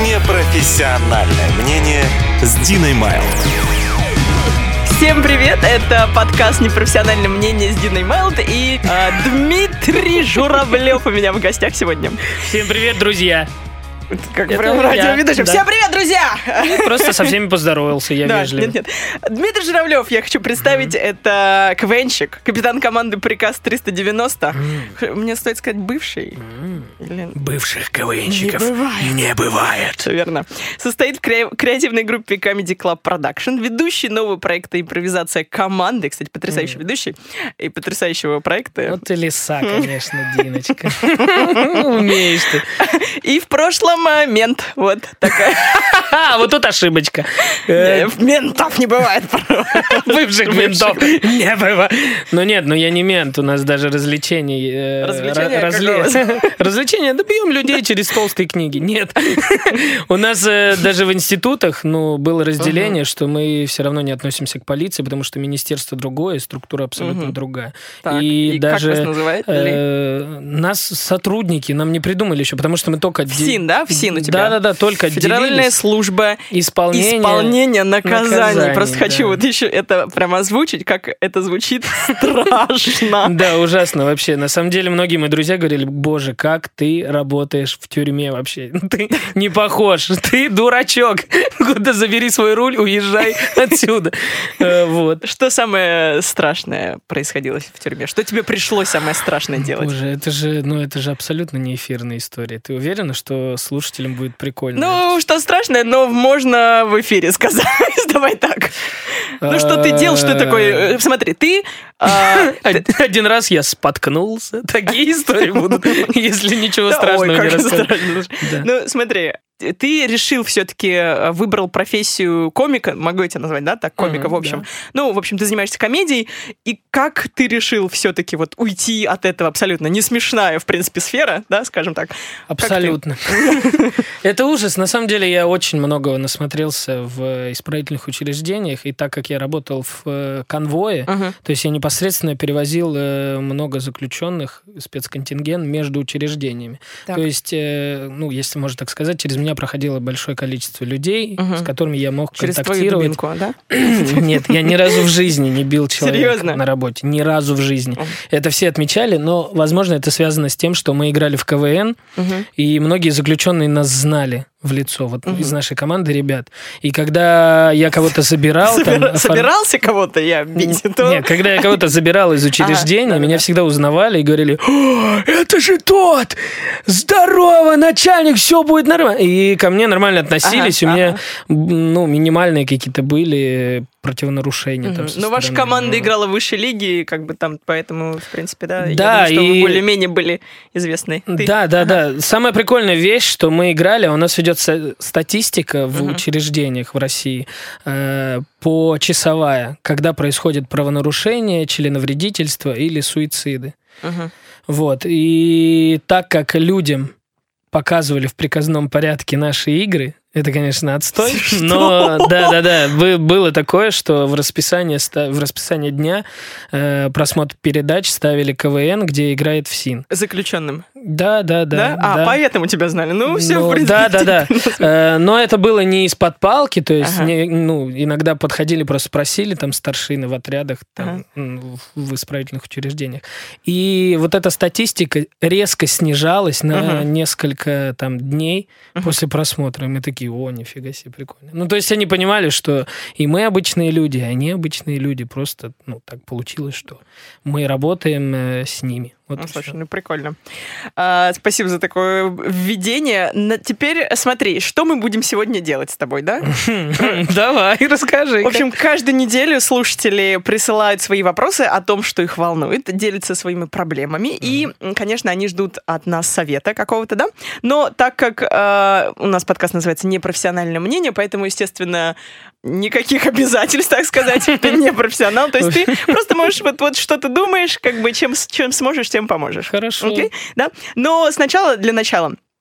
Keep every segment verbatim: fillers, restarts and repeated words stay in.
Непрофессиональное мнение с Диной Майл. Всем привет, это подкаст «Непрофессиональное мнение» с Диной Майлд и э, Дмитрий Журавлев у меня в гостях сегодня. Всем привет, друзья. Как прям радиоведущий. Да. Всем привет, друзья! Я просто со всеми поздоровался, я да, вежливый. Нет, нет. Дмитрий Журавлев, я хочу представить, mm. это КВНщик, капитан команды «Приказ триста девяносто». Mm. Мне стоит сказать бывший. Mm. Или... Бывших КВНщиков не бывает. Не бывает. Все верно. Состоит в кре- креативной группе Comedy Club Production, ведущий нового проекта «Импровизация команды». Кстати, потрясающий mm. ведущий и потрясающего проекта. Вот ты лиса, конечно, Диночка. Умеешь ты. И в прошлом мент. Вот такая. Вот тут ошибочка. Ментов не бывает. Бывших ментов не бывает. Ну нет, ну я не мент. У нас даже развлечений... Развлечения? Развлечения? Да бьем людей через толстые книги. Нет. У нас даже в институтах ну, было разделение, что мы все равно не относимся к полиции, потому что министерство другое, структура абсолютно другая. И даже... Как вас называют? Нас сотрудники нам не придумали еще, потому что мы только... ФСИН, да? ФСИН у тебя? Да-да-да, только отделились. Федеральная служба исполнения, исполнения наказаний. наказаний. Просто да. хочу вот еще это прямо озвучить, как это звучит страшно. Да, ужасно вообще. На самом деле многие мои друзья говорили, боже, как ты работаешь в тюрьме вообще. Ты не похож, ты дурачок. Куда забери свой руль, уезжай отсюда. Вот. Что самое страшное происходило в тюрьме? Что тебе пришлось самое страшное делать? Боже, это же, ну, это же абсолютно не эфирная история. Ты уверена, что слушателям будет прикольно? Ну, что страшное, но можно в эфире сказать. Давай так. Ну, что ты делал, что такое? Смотри, ты... Один раз я споткнулся. Такие истории будут, если ничего страшного не рассказать. Ну, смотри, ты решил все-таки, выбрал профессию комика, могу я тебя назвать, да, так, комика, uh-huh, в общем. Да. Ну, в общем, ты занимаешься комедией, и как ты решил все-таки вот уйти от этого абсолютно не смешная, в принципе, сфера, да, скажем так? Абсолютно. Это ужас. На самом деле я очень многого насмотрелся в исправительных учреждениях, и так как я работал в конвое, то есть я непосредственно перевозил много заключенных, спецконтингент между учреждениями. То есть, ну, если можно так сказать, через меня проходило большое количество людей, угу. с которыми я мог через контактировать. Через твою дубинку, да? Нет, я ни разу в жизни не бил человека Серьезно? На работе. Ни разу в жизни. Угу. Это все отмечали, но, возможно, это связано с тем, что мы играли в КВН, угу. и многие заключенные нас знали в лицо, вот угу. из нашей команды ребят. И когда я кого-то забирал... Собира... Там, Собирался оформ... кого-то я бить? То... Нет, когда я кого-то забирал из учреждения, а, меня да, всегда узнавали и говорили, это же тот! Здорово, начальник, все будет нормально. И ко мне нормально относились, ага, у меня ага. ну, минимальные какие-то были противонарушения. Угу. Но ваша команда ну... играла в высшей лиге, как бы там, поэтому, в принципе, да, да я думаю, что и... вы более-менее были известны. Ты. Да, да, ага. да. Самая прикольная вещь, что мы играли, у нас идет статистика в угу. учреждениях в России э, почасовая, когда происходит правонарушение, членовредительство или суициды. Угу. Вот. И так как людям показывали в приказном порядке наши игры, это, конечно, отстой, что? Но да-да-да, было такое, что в расписании, в расписании дня э, просмотр передач ставили КВН, где играет ФСИН. Заключенным? Да-да-да. Да? А, да. Поэтому тебя знали? Ну, все, ну, в принципе. Да-да-да. Э, но это было не из-под палки, то есть ага. не, ну, иногда подходили, просто спросили там старшины в отрядах, там, ага. в исправительных учреждениях. И вот эта статистика резко снижалась на ага. несколько там, дней ага. после просмотра. И мы такие, о, нифига себе, прикольно. Ну, то есть они понимали, что и мы обычные люди, и они обычные люди. Просто, ну, так получилось, что мы работаем э, с ними. Вот ну, слушай, ну прикольно. А, спасибо за такое введение. Теперь смотри, что мы будем сегодня делать с тобой, да? Давай, расскажи. В общем, каждую неделю слушатели присылают свои вопросы о том, что их волнует, делятся своими проблемами, и, конечно, они ждут от нас совета какого-то, да? Но так как э, у нас подкаст называется «Непрофессиональное мнение», поэтому, естественно, никаких обязательств, так сказать, ты не профессионал, то есть ты просто можешь вот, вот что ты думаешь, как бы чем, чем сможешь, тем поможешь. Хорошо. Okay? Да? Но сначала, для начала,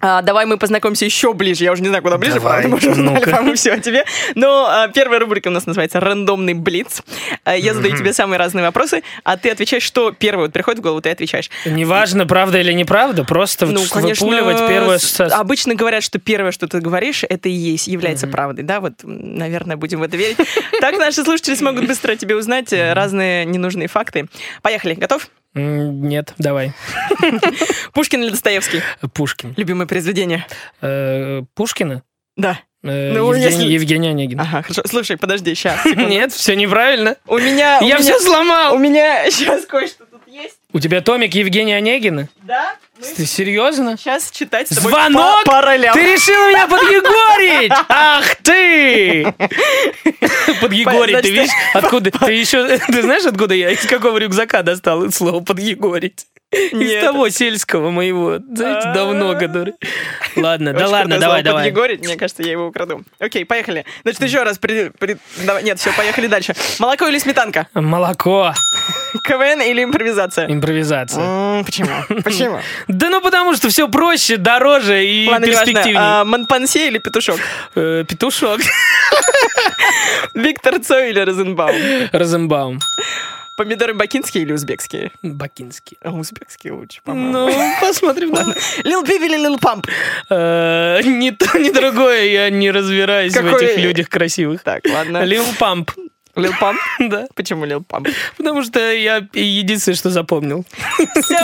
А, давай мы познакомимся еще ближе. Я уже не знаю, куда ближе, Давай, правда, мы уже узнали, ну-ка. по-моему, все о тебе. Но а, первая рубрика у нас называется «Рандомный блиц». А, я задаю тебе самые разные вопросы, а ты отвечаешь, что первое вот приходит в голову, ты отвечаешь. Неважно, правда или неправда, просто Ну, вот конечно, выпуливать первое... с- со- обычно говорят, что первое, что ты говоришь, это и есть, является правдой, да? Вот, м, наверное, будем в это верить. Так наши слушатели смогут быстро о тебе узнать э, разные ненужные факты. Поехали, готов? М, Нет, давай. Пушкин или Достоевский? Пушкин. Любимое произведение? Э, Пушкина? Да. Э, Ну, Евгений, если- Евгений Онегин. Ага, хорошо. Слушай, подожди, сейчас. Нет, все неправильно. У меня... у Я меня- все сломал. У меня сейчас кое-что тут есть. У тебя томик Евгения Онегина? Да? Мы Ты серьезно? сейчас читать с тобой Звонок? по, по ролям. Ты решил меня подъегорить? Ах ты! Подъегорить, ты Значит, видишь? Откуда? Ты еще... Ты знаешь, откуда я? Из какого рюкзака достал это слово подъегорить? Из Нет. того сельского моего. Знаете, давно, который... Ладно, да Очень ладно, крутое давай, слово давай. «подъегорить». Мне кажется, я его украду. Окей, поехали. Значит, еще раз. при- при- давай- Нет, все, поехали дальше. Молоко или сметанка? Молоко. КВН или импровизация? Импровизация. М, Почему? Почему? Да ну потому что все проще, дороже и Ладно, неважно. перспективнее. А, Монпансье или петушок? Э, Петушок. Виктор Цой или Розенбаум? Розенбаум. Помидоры бакинские или узбекские? Бакинский. А, узбекские лучше, по-моему. Ну, посмотрим. Лил Пип или Лил Памп? Э, Ни то, ни другое, я не разбираюсь в Какой- этих людях красивых. Так, ладно. Лил Памп. Лил Памп? Да. Почему Лил Памп? Потому что я единственное, что запомнил. Все!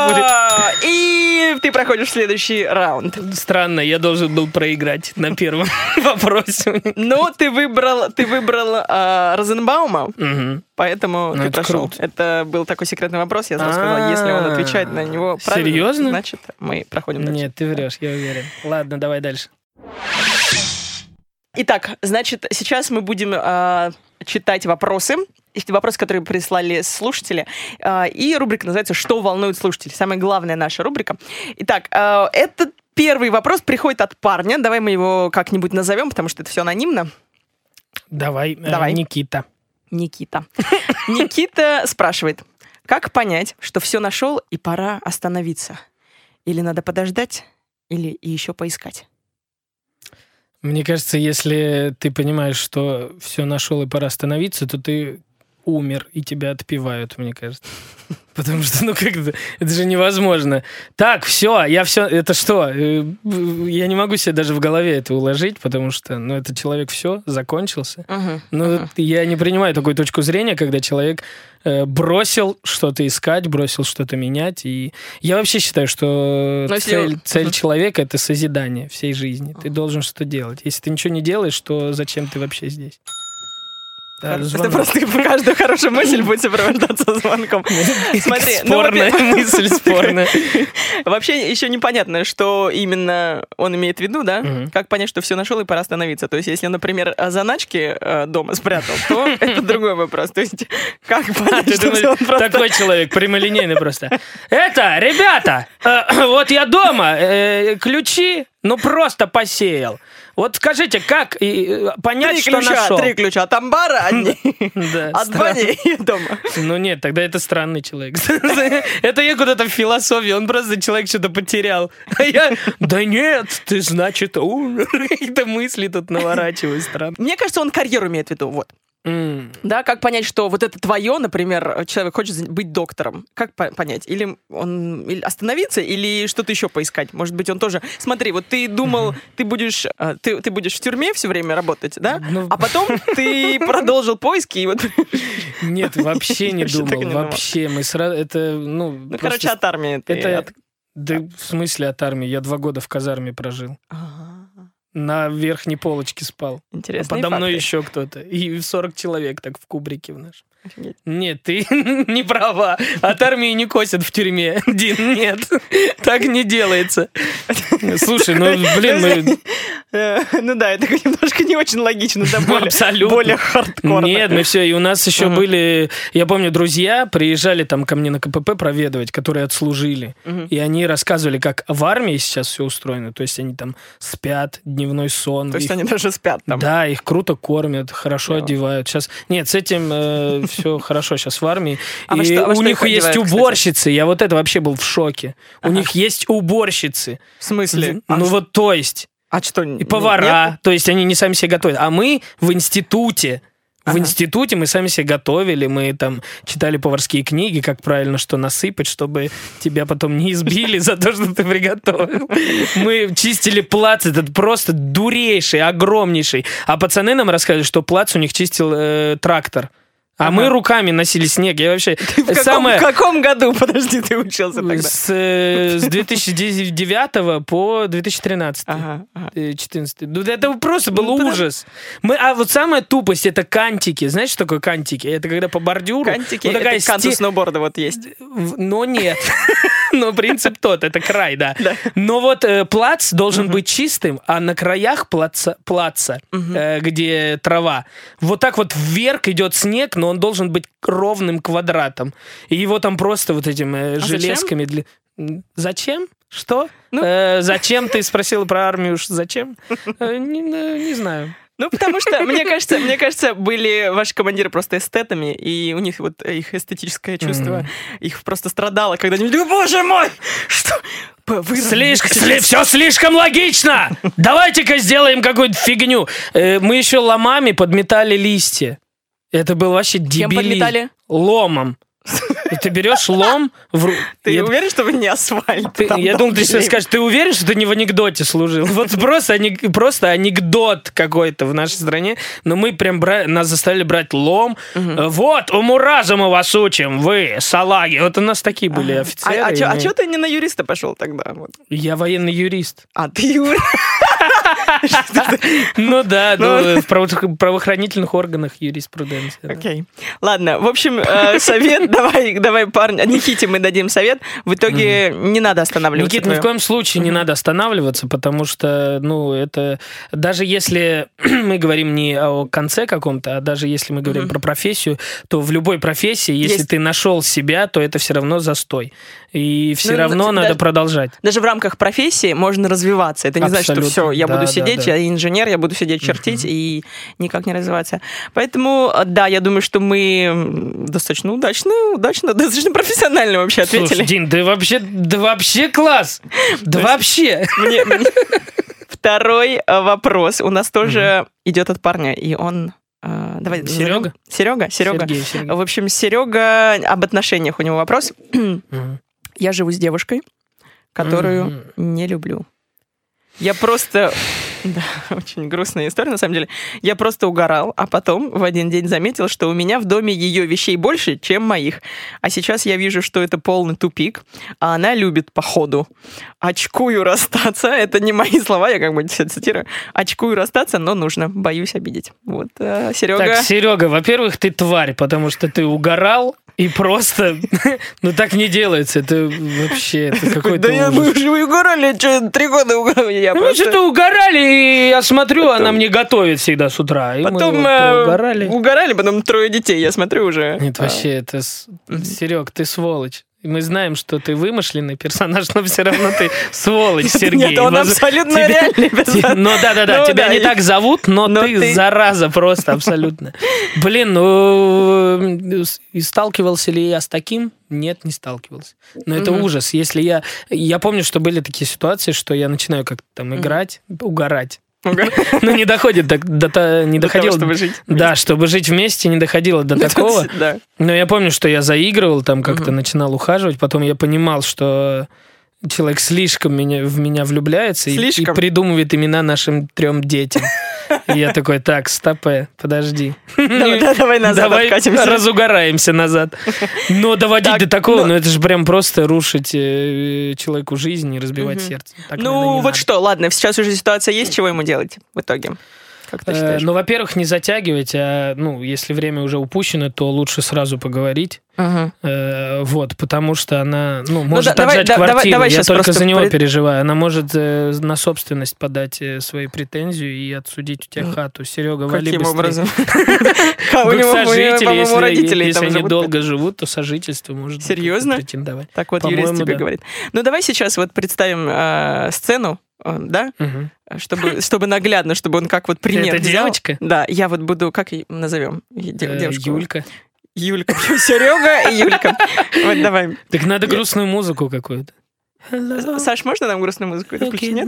И ты проходишь следующий раунд. Странно, я должен был проиграть на первом вопросе. Но ты выбрал, ты выбрал а, Розенбаума, Мгм. поэтому Ну, ты это прошел. круто. Это был такой секретный вопрос. Я сразу сказала, если он отвечает на него правильно, Серьезно? значит, мы проходим дальше. Нет, ты врешь, я уверен. Ладно, давай дальше. Итак, значит, сейчас мы будем а, читать вопросы. Эти вопросы, которые прислали слушатели. А, и рубрика называется «Что волнует слушателей?». Самая главная наша рубрика. Итак, а, этот первый вопрос приходит от парня. Давай мы его как-нибудь назовем, потому что это все анонимно. Давай, э, Давай. Никита. Никита. Никита спрашивает, как понять, что все нашел и пора остановиться? Или надо подождать, или еще поискать? Мне кажется, если ты понимаешь, что все нашел и пора остановиться, то ты умер, и тебя отпевают, мне кажется. Потому что, ну, как-то, это же невозможно. Так, все, я все, это что? Э, Я не могу себе даже в голове это уложить, потому что, ну, этот человек все, закончился. Мгм. Ну, я не принимаю такую точку зрения, когда человек э, бросил что-то искать, бросил что-то менять. И я вообще считаю, что Но если- цель, цель Мгм. человека — это созидание всей жизни. Ты должен что-то делать. Если ты ничего не делаешь, то зачем ты вообще здесь? Да, Это звонок. просто каждая хорошая мысль будет сопровождаться звонком. Смотри, ну, Спорная во-первых- мысль, спорная. Вообще еще непонятно, что именно он имеет в виду, да? Мгм. Как понять, что все нашел и пора остановиться? То есть, если, например, заначки э, дома спрятал, то это другой вопрос. То есть, как А, понять, ты что думаешь, всё он просто... такой человек, прямолинейный просто. Это, ребята, э, вот я дома, э, ключи, ну просто посеял. Вот скажите, как и, э, понять, Три что ключа, нашел? три ключа от амбара, одни Да, от странно. бани и дома. Ну нет, тогда это странный человек. Это я куда-то в философии, он просто человек что-то потерял. А я, да нет, ты, значит, умер. Какие-то мысли тут наворачиваю странно. Мне кажется, он карьеру имеет в виду, вот. М. Да, как понять, что вот это твое, например, человек хочет быть доктором? Как по- понять? Или он или остановиться, или что-то еще поискать? Может быть, он тоже... Смотри, вот ты думал, ты будешь, а, ты, ты будешь в тюрьме все время работать, да? Ну. А потом ты продолжил поиски, и вот... Нет, вообще не Вообще так думал, не думал. вообще. Мы сразу, это, ну, Ну, просто- короче, от армии ты... это, от- да в смысле от армии? Я два года в казарме прожил. Ага. На верхней полочке спал. А Интересные подо мной факты. еще кто-то. И сорок человек так в кубрике в нашем. Офигеть. Нет, ты не права. От армии не косят в тюрьме. Дин, нет. Так не делается. Слушай, ну, блин, мы... Э, Ну да, это немножко не очень логично, да, более, Абсолютно. более хардкорно. Нет, мы все, и у нас еще Ага. были, я помню, друзья приезжали там ко мне на КПП проведывать, которые отслужили, Мгм. и они рассказывали, как в армии сейчас все устроено, то есть они там спят, дневной сон. То есть их- они даже спят там. Да, их круто кормят, хорошо Клево. одевают. Сейчас нет, с этим все хорошо сейчас в армии. А и во что- а во у что них их есть одевают, кстати? уборщицы. Я вот это вообще был в шоке. У Ага. них есть уборщицы. В смысле? А Ну ш- вот то есть. А что? И повара. То есть они не сами себе готовят. А мы в институте. В Ага. институте мы сами себе готовили, мы там читали поварские книги, как правильно что насыпать, чтобы тебя потом не избили за то, что ты приготовил. Мы чистили плац, этот просто дурейший, огромнейший. А пацаны нам рассказывали, что плац у них чистил э, трактор. А Ага. мы руками носили снег. Я вообще... В каком, самое... в каком году, подожди, ты учился тогда? С, э, с две тысячи девятого по две тысячи тринадцатый. Ага, ага. четырнадцатый. Ну, это просто был Ну, ужас. Мы, а вот самая тупость — это кантики. Знаешь, что такое кантики? Это когда по бордюру... Кантики, вот такая это канты сте- сноуборда вот есть. В- Но нет. Но принцип тот, это край, да. Да. Но вот э, плац должен быть чистым, а на краях плаца, плаца э, где трава, вот так вот вверх идет снег, но он должен быть ровным квадратом. И его там просто вот этим э, зачем? железками... Для... М, Зачем? Что? Ну. Э, зачем ты спросила про армию? ш- Зачем? Э, не, э, не знаю. Ну, потому что, мне кажется, мне кажется, были ваши командиры просто эстетами, и у них вот их эстетическое чувство, Мгм. их просто страдало, когда они говорили: боже мой, что... Вы Слишком, все слишком логично! Давайте-ка сделаем какую-то фигню. Э, мы еще ломами подметали листья. Это был вообще Кем дебилизм. подметали? Ломом. И ты берешь лом в ру- Ты Я- уверен, что вы не асфальт? ты- там я думал, ты долбили? сейчас скажешь, ты уверен, что ты не в анекдоте служил? Вот просто, ане- просто анекдот какой-то в нашей стране. Но мы прям бра- нас заставили брать лом. Э, Вот, уму-разуму вас учим, вы, салаги. Вот у нас такие были Ага. офицеры. А, а, и чё, а мы- чё ты не на юриста пошел тогда? Вот. Я военный юрист. А, ты юрист? Ну да, Ну. ну, в право- правоохранительных органах юриспруденция. да. Окей. Ладно, в общем, э, совет, давай, давай, парни, Никите мы дадим совет. В итоге не надо останавливаться. Никит, ни в твоё. коем случае не надо останавливаться, потому что, ну, это... Даже если мы говорим не о конце каком-то, а даже если мы говорим Мгм. про профессию, то в любой профессии, если Есть. ты нашел себя, то это все равно застой. И все Ну, равно да- надо даже- продолжать. Даже в рамках профессии можно развиваться. Это не значит, Абсолютно. что все, я Да, буду да, сидеть, да. я инженер, я буду сидеть чертить и никак не развиваться. Поэтому, да, я думаю, что мы м, достаточно удачно, удачно, достаточно профессионально вообще ответили. Слушай, Дин, да вообще, да вообще класс! Да вообще! Мне- мне- Второй э, вопрос у нас тоже идет от парня, и он... э, Давай, Серега? Серега? Серега. Сергей, Сергей. В общем, Серега, об отношениях у него вопрос. Мгм. Я живу с девушкой, которую Мгм. не люблю. Я просто... Да, очень грустная история, на самом деле. Я просто угорал, а потом в один день заметил, что у меня в доме ее вещей больше, чем моих. А сейчас я вижу, что это полный тупик, а она любит походу. Очкую расстаться. Это не мои слова, я как бы цитирую. Очкую расстаться, но нужно. Боюсь обидеть. Вот, э, Серега. Так, Серега, во-первых, ты тварь, потому что ты угорал и просто... Ну, так не делается. Это вообще это какой-то Да я, ужас. мы уже угорали, что, три года угорали. Я Ну, мы просто... что-то угорали, и я смотрю, она мне готовит всегда с утра. И Потом мы вот э, угорали. угорали, потом трое детей, я смотрю уже. Нет, А, вообще, это... с- Мгм. Серег, ты сволочь. И мы знаем, что ты вымышленный персонаж, но все равно ты сволочь, Сергей. Нет, он Воз- абсолютно тебя- реальный Те- персонаж. Ну да-да-да, Ну тебя да, не и- так зовут, но, но ты, ты- зараза просто абсолютно. Блин, ну с- и сталкивался ли я с таким? Нет, не сталкивался. Но это Мгм. ужас. Если я... Я помню, что были такие ситуации, что я начинаю как-то там Мгм. играть, угорать. Угор- Но не доходит до, до та- не До того, доходило... чтобы жить. Да, чтобы жить вместе, не доходило до Ну, такого. Да. Но я помню, что я заигрывал, там как-то Мгм. начинал ухаживать, потом я понимал, что человек слишком меня, в меня влюбляется и, и Слишком? придумывает имена нашим трем детям. И я такой, так, стопэ, подожди. Давай, да, давай назад Давай откатимся. разугараемся назад. Но доводить Так, до такого, ну- ну это же прям просто рушить э, человеку жизнь и разбивать Мгм. сердце. Так, наверное, Ну, не вот надо. что, ладно, сейчас уже ситуация есть, чего ему делать в итоге? Как ты Э, считаешь? Ну, во-первых, не затягивать, а, ну, если время уже упущено, то лучше сразу поговорить. Мгм. Э, вот, потому что она, ну, может да- давай- отжать да- давай- квартиру. давай Я щас только просто за него пред- переживаю. Она может э, на собственность подать э, свои претензии и отсудить у тебя М. хату. Серега, вали Каким быстрее. образом? Ка- У Вы него, у него, сожители, по-моему, если, родители если там они живут. долго живут, то сожительство может Серьезно? претендовать. Так вот, По-моему, юрист тебе да. говорит. Ну, давай сейчас вот представим э, сцену, э, да, Мгм. чтобы, чтобы наглядно, чтобы он как вот пример Это взял. девочка? Да, я вот буду, как ее назовем? Э, Девушку. Юлька. Юлька. Серега и Юлька. Вот давай. Так надо грустную музыку какую-то. Саш, можно нам грустную музыку включить? Нет?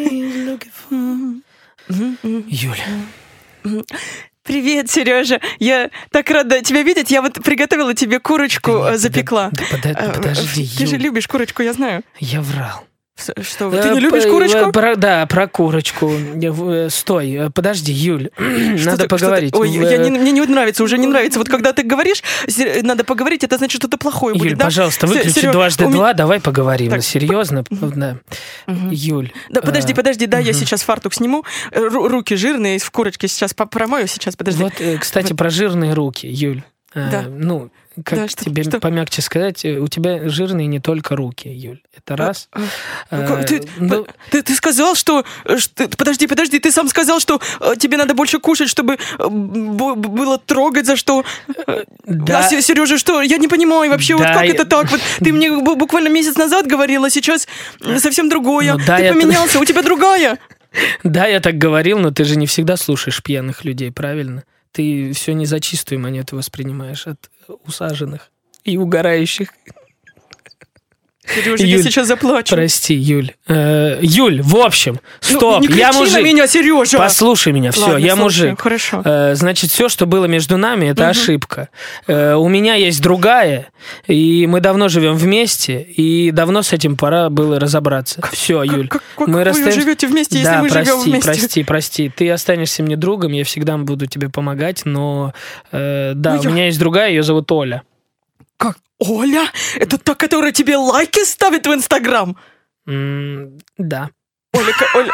Юля. Привет, Сережа. Я так рада тебя видеть. Я вот приготовила тебе курочку, да нет, запекла. Да, да, да, подожди, Ты Юль. же любишь курочку, я знаю. Я врал. Что, ты не любишь курочку? Про, да, про курочку. Стой, подожди, Юль, надо ты, поговорить. Ой, я не, мне не нравится, уже не нравится. Вот когда ты говоришь, надо поговорить, это значит, что-то плохое будет, Юль, да? пожалуйста, выключи Серег, дважды меня... два, давай поговорим. Так. Серьезно? Да. Угу. Юль. Да, подожди, а... подожди, да, угу. я сейчас фартук сниму, Ру- руки жирные в курочке сейчас промою, сейчас, подожди. Вот, кстати, вот. Про жирные руки, Юль. Да. А, ну, как да, что, тебе что? помягче сказать, у тебя жирные не только руки, Юль. Это раз. А, а, ты, ну... ты, ты сказал, что, что... Подожди, подожди, ты сам сказал, что тебе надо больше кушать, чтобы было трогать, за что... Да. А, Сережа, что? Я не понимаю вообще, да, вот как я... это так? Вот ты мне буквально месяц назад говорила, сейчас совсем другое. Ну, да, ты поменялся, это... у тебя другая. Да, я так говорил, но ты же не всегда слушаешь пьяных людей, правильно? Ты все не за чистую монету воспринимаешь от усаженных и угорающих. Сережа, Юль, я сейчас заплачу. Прости, Юль. Э, Юль, в общем, стоп, ну, не я мужик. На меня, Сережа. Послушай меня, все, Ладно, я слушаю, мужик. Хорошо. Э, значит, все, что было между нами, это угу. ошибка. Э, у меня есть другая, и мы давно живем вместе, и давно с этим пора было разобраться. Все, Юль. Как, как, мы как расстаем... вы живете вместе, да, если мы прости, живем вместе? Прости, прости, ты останешься мне другом, я всегда буду тебе помогать, но э, да, ну, у я... меня есть другая, ее зовут Оля. Как? Оля? Это та, которая тебе лайки ставит в Инстаграм? Mm, да. Оля, Оля.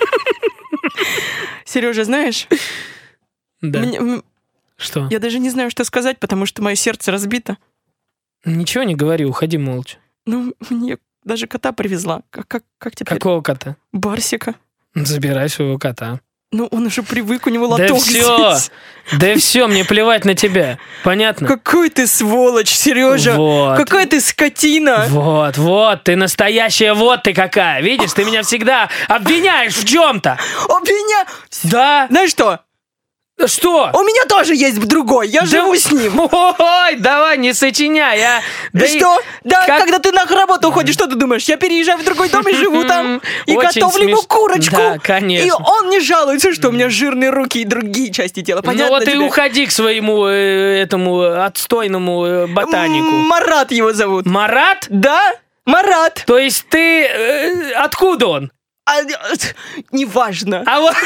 Сережа, знаешь? Да. Мне... Что? Я даже не знаю, что сказать, потому что мое сердце разбито. Ничего не говори, уходи молча. Ну, мне даже кота привезла. Как, как, как теперь? Какого кота? Барсика. Забирай своего кота. Ну, он уже привык, у него лоток да все, здесь. Да все, мне плевать на тебя. Понятно? Какой ты сволочь, Сережа. Вот. Какая ты скотина. Вот, вот, ты настоящая, вот ты какая. Видишь, ты меня всегда обвиняешь в чем-то. Обвиняю? Да. Знаешь что? Что? У меня тоже есть другой, я да... живу с ним. Ой, давай, не сочиняй, а. Да что? И... Да, как... когда ты на работу уходишь, что ты думаешь? Я переезжаю в другой дом и живу там, и очень готовлю ему смеш... курочку. Да, конечно. И он не жалуется, что у меня жирные руки и другие части тела. Понятно ну вот тебе? И уходи к своему э, этому отстойному э, ботанику. Марат его зовут. Марат? Да, Марат. То есть ты... Э, откуда он? А, неважно. А вот...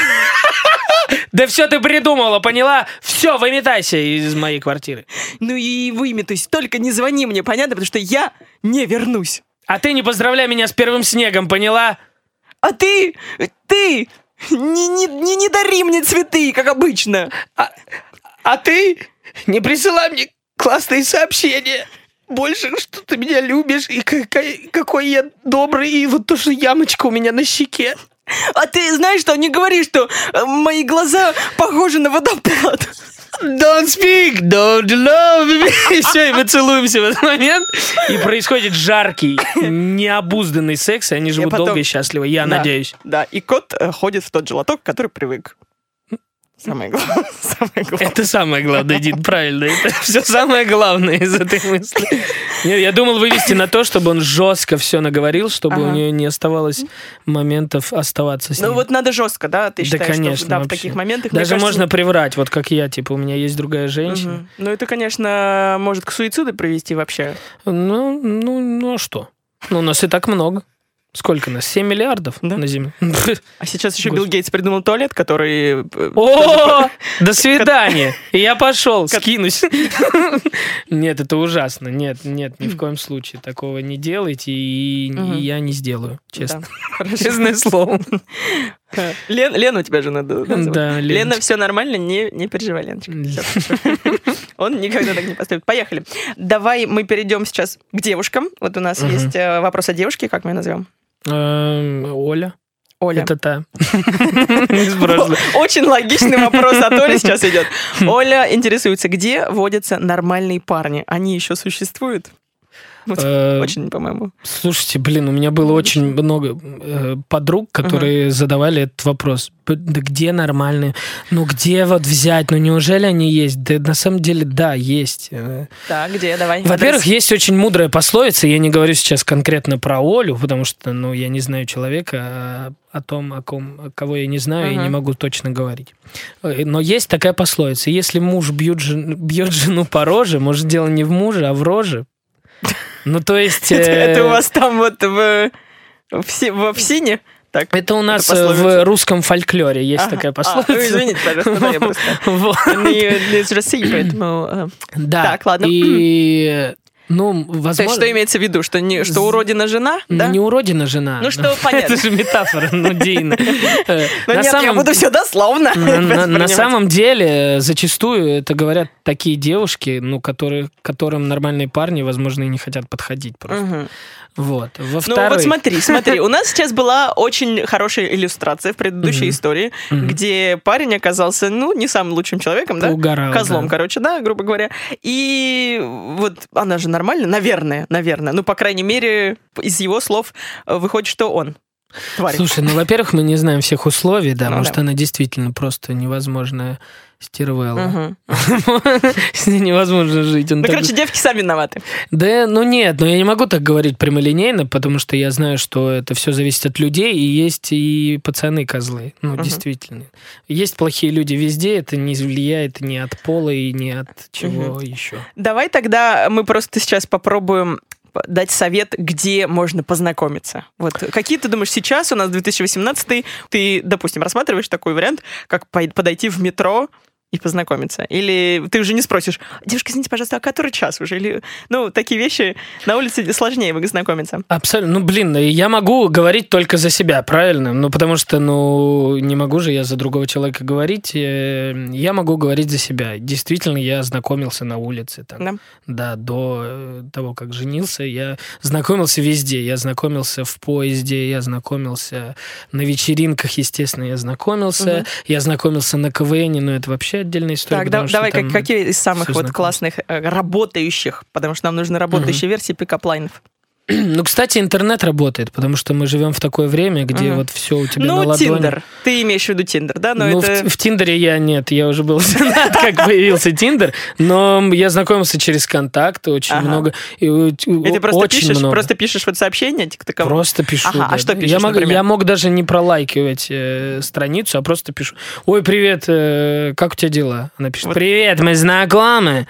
Да все ты придумала, поняла? Все, выметайся из моей квартиры. Ну и выметусь, только не звони мне, понятно? Потому что я не вернусь. А ты не поздравляй меня с первым снегом, поняла? А ты, ты не, не, не, не дари мне цветы, как обычно. А, а ты не присылай мне классные сообщения. Больше, что ты меня любишь, и какой, какой я добрый, и вот то, что ямочка у меня на щеке. А ты знаешь что? Не говори, что мои глаза похожи на водопад. Don't speak, don't love me. И все, и мы целуемся в этот момент. И происходит жаркий, необузданный секс, и они живут потом... долго и счастливо, я да, надеюсь. Да, и кот ходит в тот же лоток, который привык. Самое главное, самое главное. Это самое главное, Дин, правильно. Это все самое главное из этой мысли. Нет, я думал вывести на то, чтобы он жестко все наговорил, чтобы ага. у нее не оставалось моментов оставаться с ним. Ну вот надо жестко, да? Ты считаешь, да, конечно, что да, в вообще. таких моментах... Даже кажется... можно приврать, вот как я, типа, у меня есть другая женщина. Угу. Ну это, конечно, может к суициду привести вообще. Ну, ну, ну а что? Ну, у нас и так много. Сколько нас? семь миллиардов да? на Земле. А сейчас еще Билл Гейтс придумал туалет, который... О, до свидания! Я пошел, скинусь. Нет, это ужасно. Нет, нет, ни в коем случае такого не делайте, и я не сделаю, честно. Честное слово. Лена у тебя же надо называть. Да, Лена, все нормально, не, не переживай, Леночка. Он никогда так не поступит. Поехали. Давай мы перейдем сейчас к девушкам. Вот у нас есть вопрос о девушке, как мы ее назовем? Оля. Оля. Это та. Очень логичный вопрос от Оли сейчас идет. Оля интересуется, где водятся нормальные парни? Они еще существуют? Вот, Э, очень, по-моему. Слушайте, блин, у меня было очень много э, подруг, которые uh-huh. задавали этот вопрос. Да где нормальные? Ну где вот взять? Ну неужели они есть? Да на самом деле, да, есть. Так, где? Давай. Во-первых, адрес. Есть очень мудрая пословица, я не говорю сейчас конкретно про Олю, потому что, ну, я не знаю человека, а о том, о ком, кого я не знаю, uh-huh. я не могу точно говорить. Но есть такая пословица: если муж бьет, жен... бьет жену по роже, может, дело не в муже, а в роже. Ну, то есть... Это у вас там вот в Овсине? Так, это у нас это в русском фольклоре есть ага. такая пословица. А, извините, пожалуйста, я просто не из России, поэтому... Да, так, ладно. И... Ну, возможно... То есть, что имеется в виду? Что, не, что уродина жена? Да? Не уродина жена. Ну, что понятно. Это же метафора, ну, Дина. Ну, нет, я буду все дословно. На самом деле, зачастую это говорят такие девушки, ну, которым нормальные парни, возможно, и не хотят подходить просто. Вот. Ну, вот смотри, смотри. У нас сейчас была очень хорошая иллюстрация в предыдущей истории, где парень оказался, ну, не самым лучшим человеком, да? Угорал, козлом, короче, да, грубо говоря. И вот она же нормально, наверное, наверное. Ну, по крайней мере, из его слов выходит, что он тварь. Слушай, ну, во-первых, мы не знаем всех условий, да, ну, может, да. она действительно просто невозможная стервелла. Угу. С ней невозможно жить. Он ну, так... короче, девки сами виноваты. Да, ну нет, но я не могу так говорить прямолинейно, потому что я знаю, что это все зависит от людей, и есть и пацаны-козлы. Ну, угу. действительно. Есть плохие люди везде, это не влияет ни от пола и ни от чего угу. еще. Давай тогда мы просто сейчас попробуем дать совет, где можно познакомиться. Вот какие ты думаешь сейчас, у нас две тысячи восемнадцатый, ты, допустим, рассматриваешь такой вариант, как подойти в метро и познакомиться? Или ты уже не спросишь: девушка, извините, пожалуйста, а который час уже? Или, ну, такие вещи на улице сложнее знакомиться. Абсолютно. Ну, блин, я могу говорить только за себя, правильно? Ну, потому что, ну, не могу же я за другого человека говорить. Я могу говорить за себя. Действительно, я знакомился на улице. Так. Да? Да, до того, как женился, я знакомился везде. Я знакомился в поезде, я знакомился на вечеринках, естественно, я знакомился. Угу. Я знакомился на КВНе, но это вообще отдельная история. Так, да, давай, как, какие из самых вот классных, э, работающих, потому что нам нужны работающие угу. версии пикап-лайнов. Ну, кстати, интернет работает, потому что мы живем в такое время, где uh-huh. вот все у тебя ну, на ладони. Ну, Тиндер. Ты имеешь в виду Тиндер, да? Но ну, это... в, в Тиндере я нет, я уже был женат, как появился Тиндер, но я знакомился через контакты очень ага. много. И, и ты просто очень пишешь, много. просто пишешь вот сообщения? Типа, просто пишу, ага, да. А что пишешь, я мог, например? Я мог даже не пролайкивать э, страницу, а просто пишу: ой, привет, э, как у тебя дела? Она пишет: вот. Привет, мы знакомы.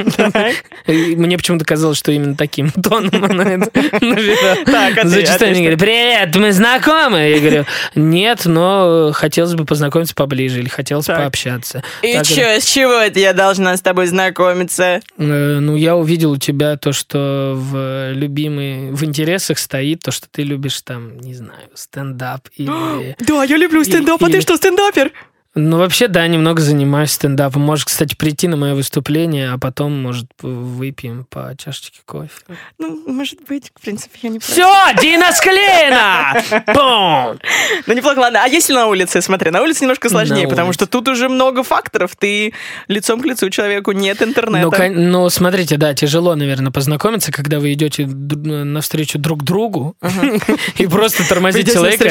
Мне почему-то казалось, что именно таким тоном она это набирала. Так, зачастую они говорят: привет, мы знакомы. Я говорю: нет, но хотелось бы познакомиться поближе или хотелось так. пообщаться. И так, что, с чего это я должна с тобой знакомиться? Э, ну, я увидел у тебя то, что в любимый, в интересах стоит то, что ты любишь там, не знаю, стендап или... Да, я люблю стендап, и, а ты или... что, стендапер? Ну, вообще, да, немного занимаюсь стендапом. Можешь, кстати, прийти на мое выступление, а потом, может, выпьем по чашечке кофе. Ну, может быть, в принципе, я не против. Все, Дина склеена! Бум! Ну, неплохо, ладно. А если на улице? Смотри, на улице немножко сложнее, на потому улице. Что тут уже много факторов. Ты лицом к лицу человеку, нет интернета. Ну, ну, смотрите, да, тяжело, наверное, познакомиться, когда вы идете навстречу друг другу и просто тормозить человека.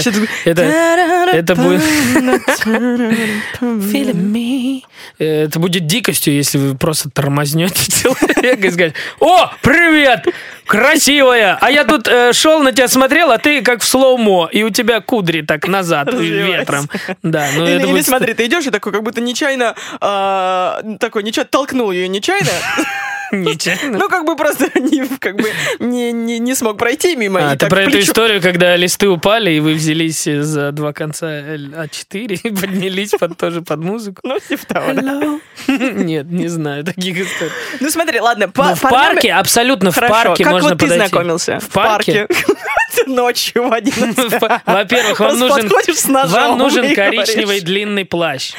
Это будет... Me. Это будет дикостью, если вы просто тормознете человека и скажете: о, привет, красивая, а я тут э, шел на тебя смотрел, а ты как в слоумо, и у тебя кудри так назад ветром. Да, ну, или это или будет... смотри, ты идешь и такой, как будто нечаянно э, такой, нечаянно толкнул ее нечаянно. Нечаянно? Ну, как бы просто не, как бы, не, не, не смог пройти мимо. А, ты про плечу... эту историю, когда листы упали, и вы взялись за два конца а четыре и поднялись под, тоже под музыку? Ну, типа того, да. Нет, не знаю таких историй. Ну, смотри, ладно. По, в парке, абсолютно Хорошо. в парке как можно вот ты подойти. знакомился? В парке? Ночью в одиннадцать. Во-первых, вам нужен, вам нужен коричневый длинный плащ.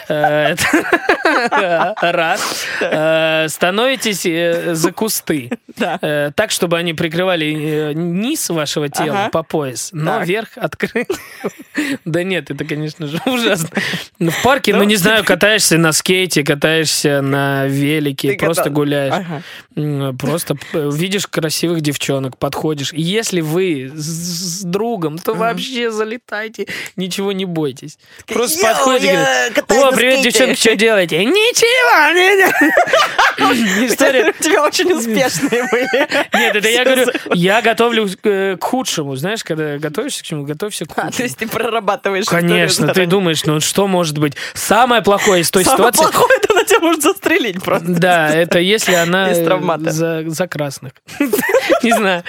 Раз. Становитесь за кусты. Да. э, так, чтобы они прикрывали э, низ вашего тела Ага. по пояс, но Так. верх открыт. Да нет, это, конечно же, ужасно. Ну, в парке, ну, Ну, не знаю, катаешься на скейте, катаешься на велике, Ты просто катал- гуляешь. Ага. М, Просто п- видишь красивых девчонок, подходишь. И если вы с с другом, то вообще залетайте, ничего не бойтесь. Просто «Йоу, подходите и я говорят: катаюсь о, на привет, скейте». девчонки, что делаете? Ничего! не- История... У тебя очень успешные были. Нет, это я Всё говорю, за- я готовлю э, к худшему. Знаешь, когда готовишься к чему, готовься к А, то худшему. есть ты прорабатываешь историю Конечно, ты заранее. думаешь, ну что может быть? Самое плохое из той Самое ситуации... плохое, это она тебя может застрелить просто. Да, это если она Без э, травмата. за, за красных. Не знаю.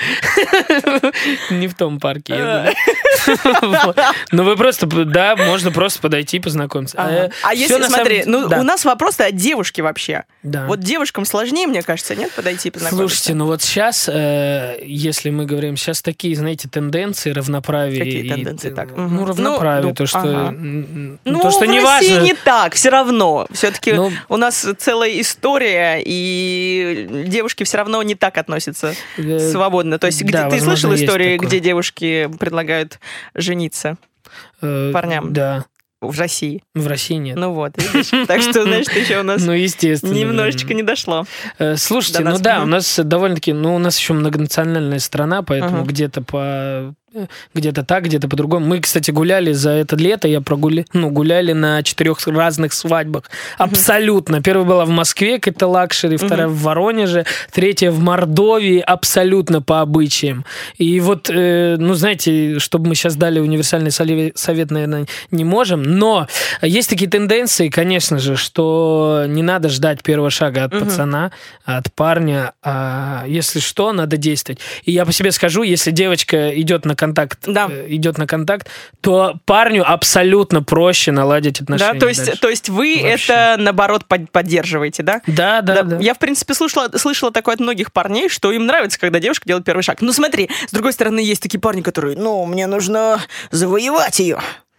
Не в том парке. я думаю. Вот. Ну вы просто, да, можно просто подойти и познакомиться. Ага. Э, А всё если, на самом смотри, деле- ну да. у нас вопрос-то от девушки вообще. Да. Вот девушкам сложнее, мне кажется, нет, подойти и познакомиться? Слушайте, ну вот сейчас, э, если мы говорим, сейчас такие, знаете, тенденции равноправия. Какие и, тенденции, э, так? Ну, Мгм. равноправие, Ну, то, что, ага. м, Ну, то, что в не России важно. не так, все равно. Все-таки Ну, у нас целая история, и девушки все равно не так относятся э, свободно. То есть, где да, ты возможно, слышал есть истории, такое. где девушки предлагают жениться э, парням? Да, в России? в России нет. Ну вот, видишь. Так что, значит, еще у нас Ну, естественно. немножечко блин. не дошло. Э, Слушайте, до нас. ну да, Мгм. у нас довольно-таки, ну, у нас еще многонациональная страна, поэтому Ага. где-то по э, где-то так, где-то по-другому. Мы, кстати, гуляли за это лето, я прогулял, ну, гуляли на четырех разных свадьбах. Абсолютно. Первая была в Москве, какая-то лакшери, вторая в Воронеже, третья в Мордовии, абсолютно по обычаям. И вот, э, ну, знаете, чтобы мы сейчас дали универсальный соле- совет, наверное, не можем, но есть такие тенденции, конечно же, что не надо ждать первого шага от Мгм. пацана, от парня, а если что, надо действовать. И я по себе скажу, если девочка идет на контакт, Да. э, идет на контакт, то парню абсолютно проще наладить отношения. Да, то есть, дальше. то есть вы Вообще. это, наоборот, под- поддерживаете, да? Да, да, да. Я, в принципе, слышала, слышала такое от многих парней, что им нравится, когда девушка делает первый шаг. Ну, смотри, с другой стороны, есть такие парни, которые, ну, мне нужно завоевать ее.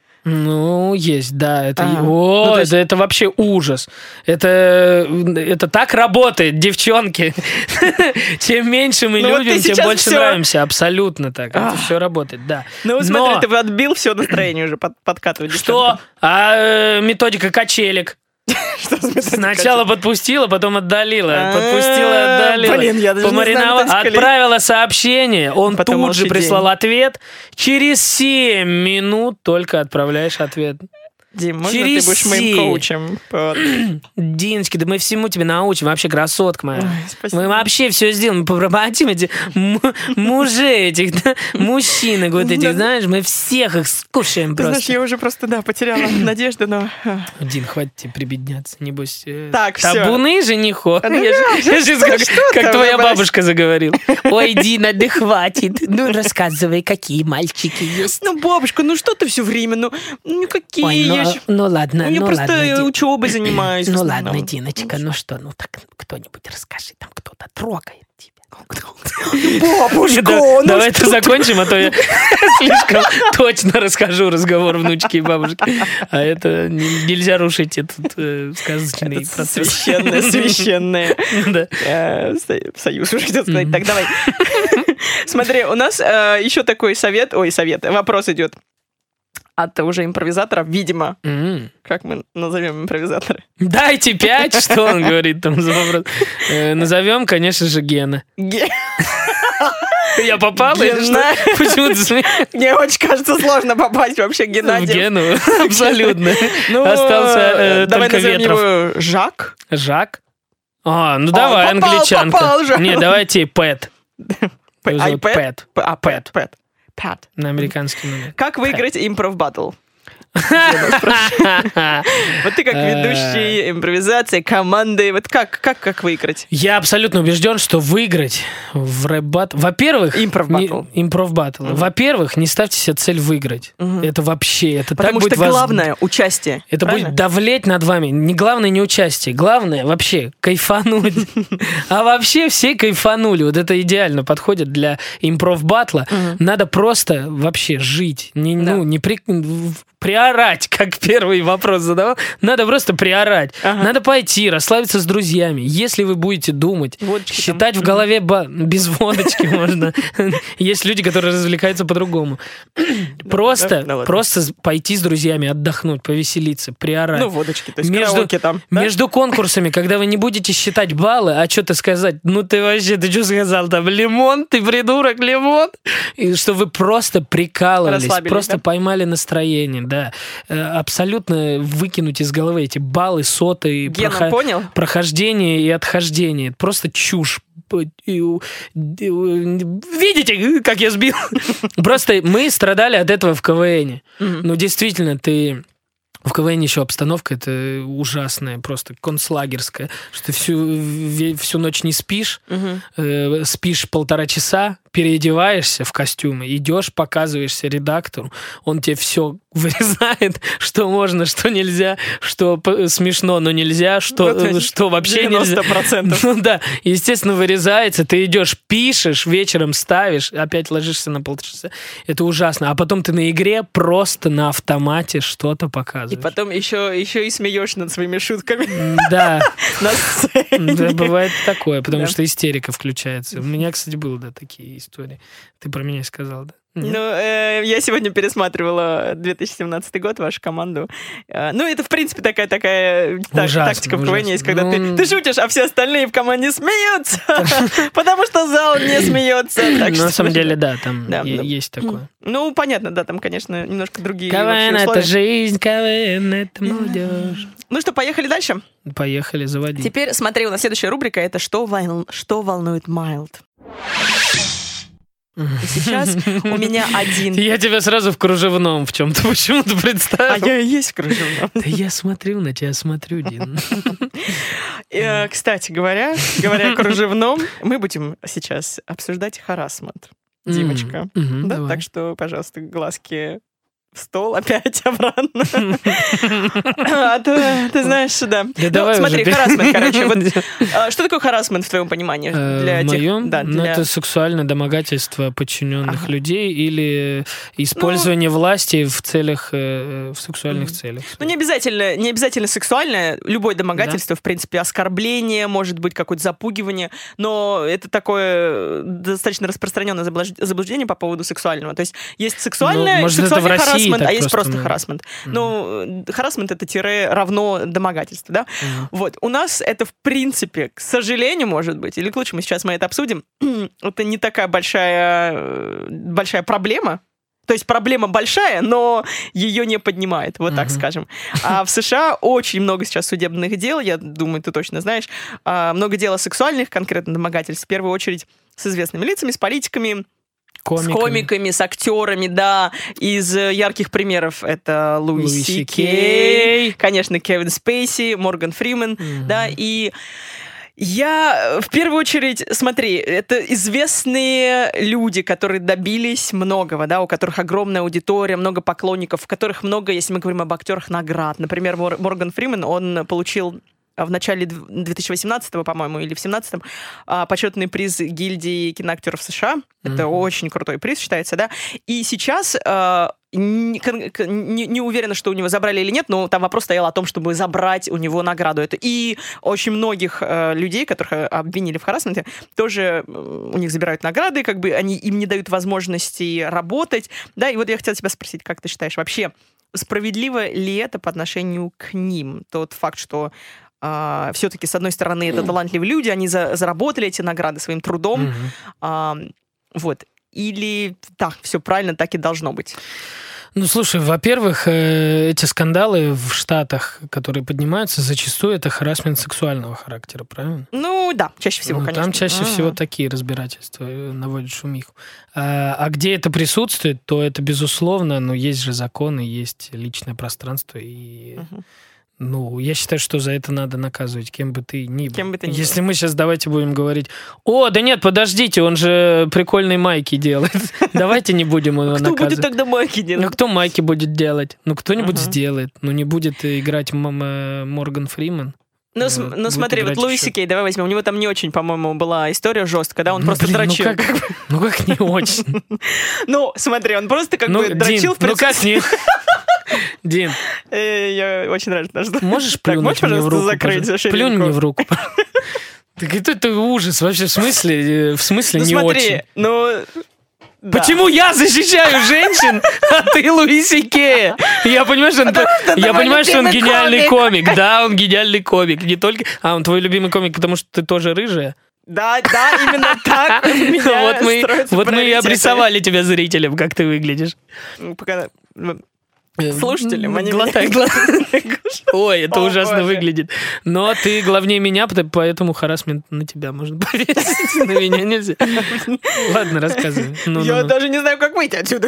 Ну, есть, да. Это, Ага. о, Ну, то есть- это, это вообще ужас. Это, это так работает, девчонки. Чем меньше мы Ну, вот любим, ты тем сейчас больше всё- нравимся. Абсолютно так. Это Ах. все работает, да. Ну, вот Но смотри, ты отбил все настроение уже, под, подкатывать. что? А э, методика качелек? Что за методика? Сначала подпустила, потом отдалила. А, Подпустила, отдалила. блин, я даже не знаю Помариновала, методика ли. отправила сообщение. Он Потом тут же молчи прислал день. ответ. Через семь минут только отправляешь ответ. Дим, можно Через ты будешь моим семь. коучем? Вот. Диночка, да мы всему тебе научим. Вообще красотка моя. Ой, спасибо. Мы вообще все сделаем. Мы поработим этих м- мужей, этих да, мужчинок вот этих, Да. знаешь, мы всех их скушаем Ты знаешь, просто. я уже просто, да, потеряла надежду, но... а. Дин, хватит тебе прибедняться. Небось, э, Так, всё. табуны жениху. Ну, Я же- я же как, что как там, твоя выбрось. бабушка заговорила. Ой, Дина, да хватит. Ну, рассказывай, какие мальчики есть. Ну, бабушка, ну что ты все время? Ну, ну никакие. Ой, я ну, ж- ну ладно, я ну просто ладно. Дин. учебой занимаюсь. в Ну основном. ладно, Диночка, ну что, ну так кто-нибудь расскажи, там кто-то трогает тебя. Бабушка, Да, ну давай что это закончим, а то я слишком точно расскажу разговор внучки и бабушки. А это не- нельзя рушить этот э, сказочный Это процесс. священное, священное. Да. Э, со- Союз, уже хотел сказать. Так, давай. Смотри, у нас э, еще такой совет, ой, совет, вопрос идет от уже импровизатора, видимо. М. Как мы назовем импровизатора? Дайте пять, что он говорит там за вопрос. Э, Назовем, конечно же, Гена. Ге- Я попал или что? Гена. Почему ты смеешься? Мне очень кажется сложно попасть вообще В Геннадий. Гену? Абсолютно. Ну, Остался э, давай только назовем Ветров. его Жак. Жак? А, ну давай, попал, англичанка. попал же. Не, давайте Пэт. П- Его ай, зовут Пэт? Пэт. П- А, Пэт, Пэт. Пэт. На американский номер. Как выиграть импров-баттл? Вот ты как Э. ведущий импровизации, команды, вот как, как, как выиграть? Я абсолютно убежден, что выиграть в рэп-баттл... Во-первых... Импров-баттл. не- Импров-баттл. Во-первых, не ставьте себе цель выиграть. Это вообще... Это Потому так что будет вас- главное — участие. Это правильно? будет давлеть над вами. Не главное не участие. Главное вообще кайфануть. А вообще все кайфанули. Вот это идеально подходит для импров-баттла. Надо просто вообще жить. Не, Да. ну, не при- в- приорать, как первый вопрос задавал. Надо просто приорать. Ага. Надо пойти, расслабиться с друзьями. Если вы будете думать, водочки считать там в голове... Ба... Без водочки можно. Есть люди, которые развлекаются по-другому. Просто, просто пойти с друзьями, отдохнуть, повеселиться, приорать. Ну, водочки, то есть караоке там. Между конкурсами, когда вы не будете считать баллы, а что-то сказать, ну ты вообще, ты что сказал там, лимон, ты придурок, лимон. И что вы просто прикалывались, просто поймали настроение, да. Абсолютно выкинуть из головы эти баллы, соты, Гена, понял? Прохождение и отхождение. Просто чушь. Видите, как я сбил? Просто мы страдали от этого в КВНе. Mm-hmm. Ну, действительно, ты... В КВН еще обстановка это ужасная, просто концлагерская, что ты всю, всю ночь не спишь, угу. э, спишь полтора часа, переодеваешься в костюмы, идешь, показываешься редактору, он тебе все вырезает, что можно, что нельзя, что смешно, но нельзя, что, вот что вообще девяносто процентов. нельзя. Ну да, естественно, вырезается, ты идешь, пишешь, вечером ставишь, опять ложишься на полчаса. Это ужасно. А потом ты на игре просто на автомате что-то показываешь. И потом еще, еще и смеешь над своими шутками. Да. На сцене. Да, бывает такое, потому что истерика включается. У меня, кстати, были, да, такие истории. Ты про меня сказал, да? Нет. Ну, э, я сегодня пересматривала две тысячи семнадцатый год, вашу команду. Э, ну, это, в принципе, такая, такая ужасно, тактика ужасно. В КВН есть, когда ну... ты, ты шутишь, а все остальные в команде смеются, потому что зал не смеется. На самом деле, да, там есть такое. Ну, понятно, да, там, конечно, немножко другие КВН — это жизнь, КВН — это молодежь. Ну что, поехали дальше? Поехали, заводи. Теперь, смотри, у нас следующая рубрика — это «Что волнует Майлд?». И сейчас у меня один... Я тебя сразу в кружевном в чем-то почему-то представил. А я и есть в кружевном. Да я смотрю на тебя, смотрю, Дин. Кстати говоря, говоря о кружевном, мы будем сейчас обсуждать харассмент. Димочка. Да? Так что, пожалуйста, глазки в стол опять обратно. А то, ты знаешь, да. Ну, смотри, харассмент, короче. Вот, что такое харассмент в твоем понимании? Для в тех, моем? Да, для... Ну, это сексуальное домогательство подчиненных ага. людей или использование ну, власти в целях, в сексуальных mm. целях. Ну, не обязательно, не обязательно сексуальное. Любое домогательство, да? В принципе, оскорбление, может быть, какое-то запугивание, но это такое достаточно распространенное заблуждение по поводу сексуального. То есть есть сексуальное, ну, сексуальный харассмент, а есть просто харассмент. Mm. Ну, харассмент — это тире равно домогательство, да? Mm. Вот. У нас это, в принципе, к сожалению, может быть, или к лучшему, сейчас мы это обсудим, это не такая большая, большая проблема. То есть проблема большая, но ее не поднимает, вот mm-hmm. так скажем. А в США очень много сейчас судебных дел, я думаю, ты точно знаешь, много дел о сексуальных, конкретно домогательств, в первую очередь с известными лицами, с политиками, Комиками. С комиками, с актерами, да. Из ярких примеров это Луи Си Кей, конечно, Кевин Спейси, Морган Фримен, mm-hmm. да, и я, в первую очередь, смотри, это известные люди, которые добились многого, да, у которых огромная аудитория, много поклонников, у которых много, если мы говорим об актерах, наград. Например, Морган Фримен, он получил в начале две тысячи восемнадцатого, по-моему, или в семнадцатом почетный приз гильдии киноактеров США. Mm-hmm. Это очень крутой приз, считается, да. И сейчас э, не, не, не уверена, что у него забрали или нет, но там вопрос стоял о том, чтобы забрать у него награду. Это и очень многих э, людей, которых обвинили в харассменте, тоже у них забирают награды, как бы они им не дают возможности работать. Да, и вот я хотела тебя спросить, как ты считаешь, вообще справедливо ли это по отношению к ним? Тот факт, что Uh, все-таки, с одной стороны, это талантливые люди, они за, заработали эти награды своим трудом. Mm-hmm. Uh, вот. Или так, все правильно, так и должно быть. Ну, слушай, во-первых, эти скандалы в Штатах, которые поднимаются, зачастую это харассмент сексуального характера, правильно? Ну, да, чаще всего, ну, конечно. Там чаще А-а-а. всего такие разбирательства наводят шумиху. А, а где это присутствует, то это, безусловно, ну, есть же законы, есть личное пространство, и... Uh-huh. Ну, я считаю, что за это надо наказывать, кем бы ты ни был. Кем бы ты ни Если был. мы сейчас давайте будем говорить, о, да нет, подождите, он же прикольные майки делает. Давайте не будем его наказывать. Кто будет тогда майки делать? Ну, кто майки будет делать? Ну, кто-нибудь сделает. Ну, не будет играть Морган Фримен. Ну, вот, ну смотри, вот Луи Си Кей, давай возьмем. У него там не очень, по-моему, была история жесткая, когда он ну, просто блин, дрочил. Ну как, ну как не очень? Ну, смотри, он просто как бы дрочил в присутствии... Ну как не... Дин. Я очень рад, что... Можешь плюнуть мне в руку? Плюнь мне в руку. Так это, это ужас вообще, в смысле, в смысле ну, не смотри, очень. Ну, да. Почему я защищаю женщин, а ты Луи Си Кея? Я понимаю, что он, я понимаю, что он гениальный комик. комик. Да, он гениальный комик. Не только... А, он твой любимый комик, потому что ты тоже рыжая? Да, да, именно так. Вот мы, вот мы и обрисовали тебя зрителям, как ты выглядишь. Пока... Слушателям, они глотай, глотай. Ой, это О, ужасно Боже. Выглядит. Но ты главнее меня, поэтому харассмент на тебя можно повесить. На меня нельзя. Ладно, рассказывай. Я даже не знаю, как выйти отсюда.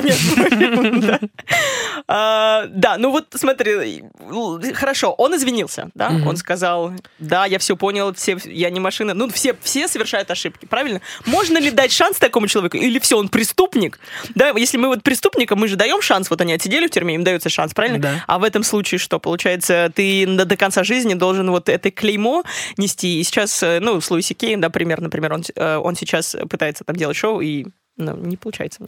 Да, ну вот смотри, хорошо, он извинился, да? Он сказал, да, я все понял, я не машина. Ну, все совершают ошибки, правильно? Можно ли дать шанс такому человеку? Или все, он преступник? Да, если мы вот преступникам, мы же даем шанс, вот они отсидели в тюрьме, им дают шанс, правильно? Да. А в этом случае что? Получается, ты до, до конца жизни должен вот это клеймо нести. И сейчас, ну, с Луи Си Кеем, да, пример, например, он, он сейчас пытается там делать шоу, и ну, не получается.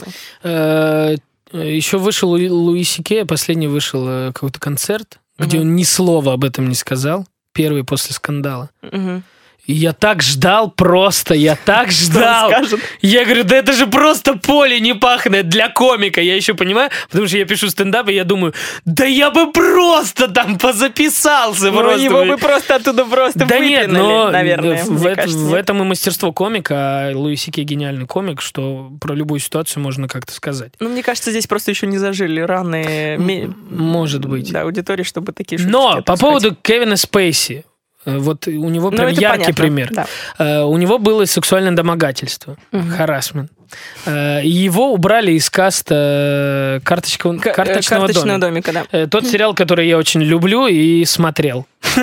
Еще вышел Луи Си Кей, последний вышел какой-то концерт, где он ни слова об этом не сказал, первый после скандала. И я так ждал просто, я так ждал. Я говорю, да это же просто поле не пахнет для комика. Я еще понимаю, потому что я пишу стендап, и я думаю, да я бы просто там позаписался. Ну, просто. его бы просто оттуда просто да выпинули, нет, но наверное. В, это, в этом и мастерство комика, а Луи Си Кей гениальный комик, что про любую ситуацию можно как-то сказать. Ну, мне кажется, здесь просто еще не зажили раны. Может быть. Да, аудитории, чтобы такие шутки. Но по поводу Кевина Спейси. Вот у него прям ну, яркий понятно. пример. Да. Uh, у него было сексуальное домогательство, угу. харассмент. Uh, его убрали из каста карточка, К- карточного, карточного домика. домика. Да. Uh, тот сериал, который я очень люблю и смотрел.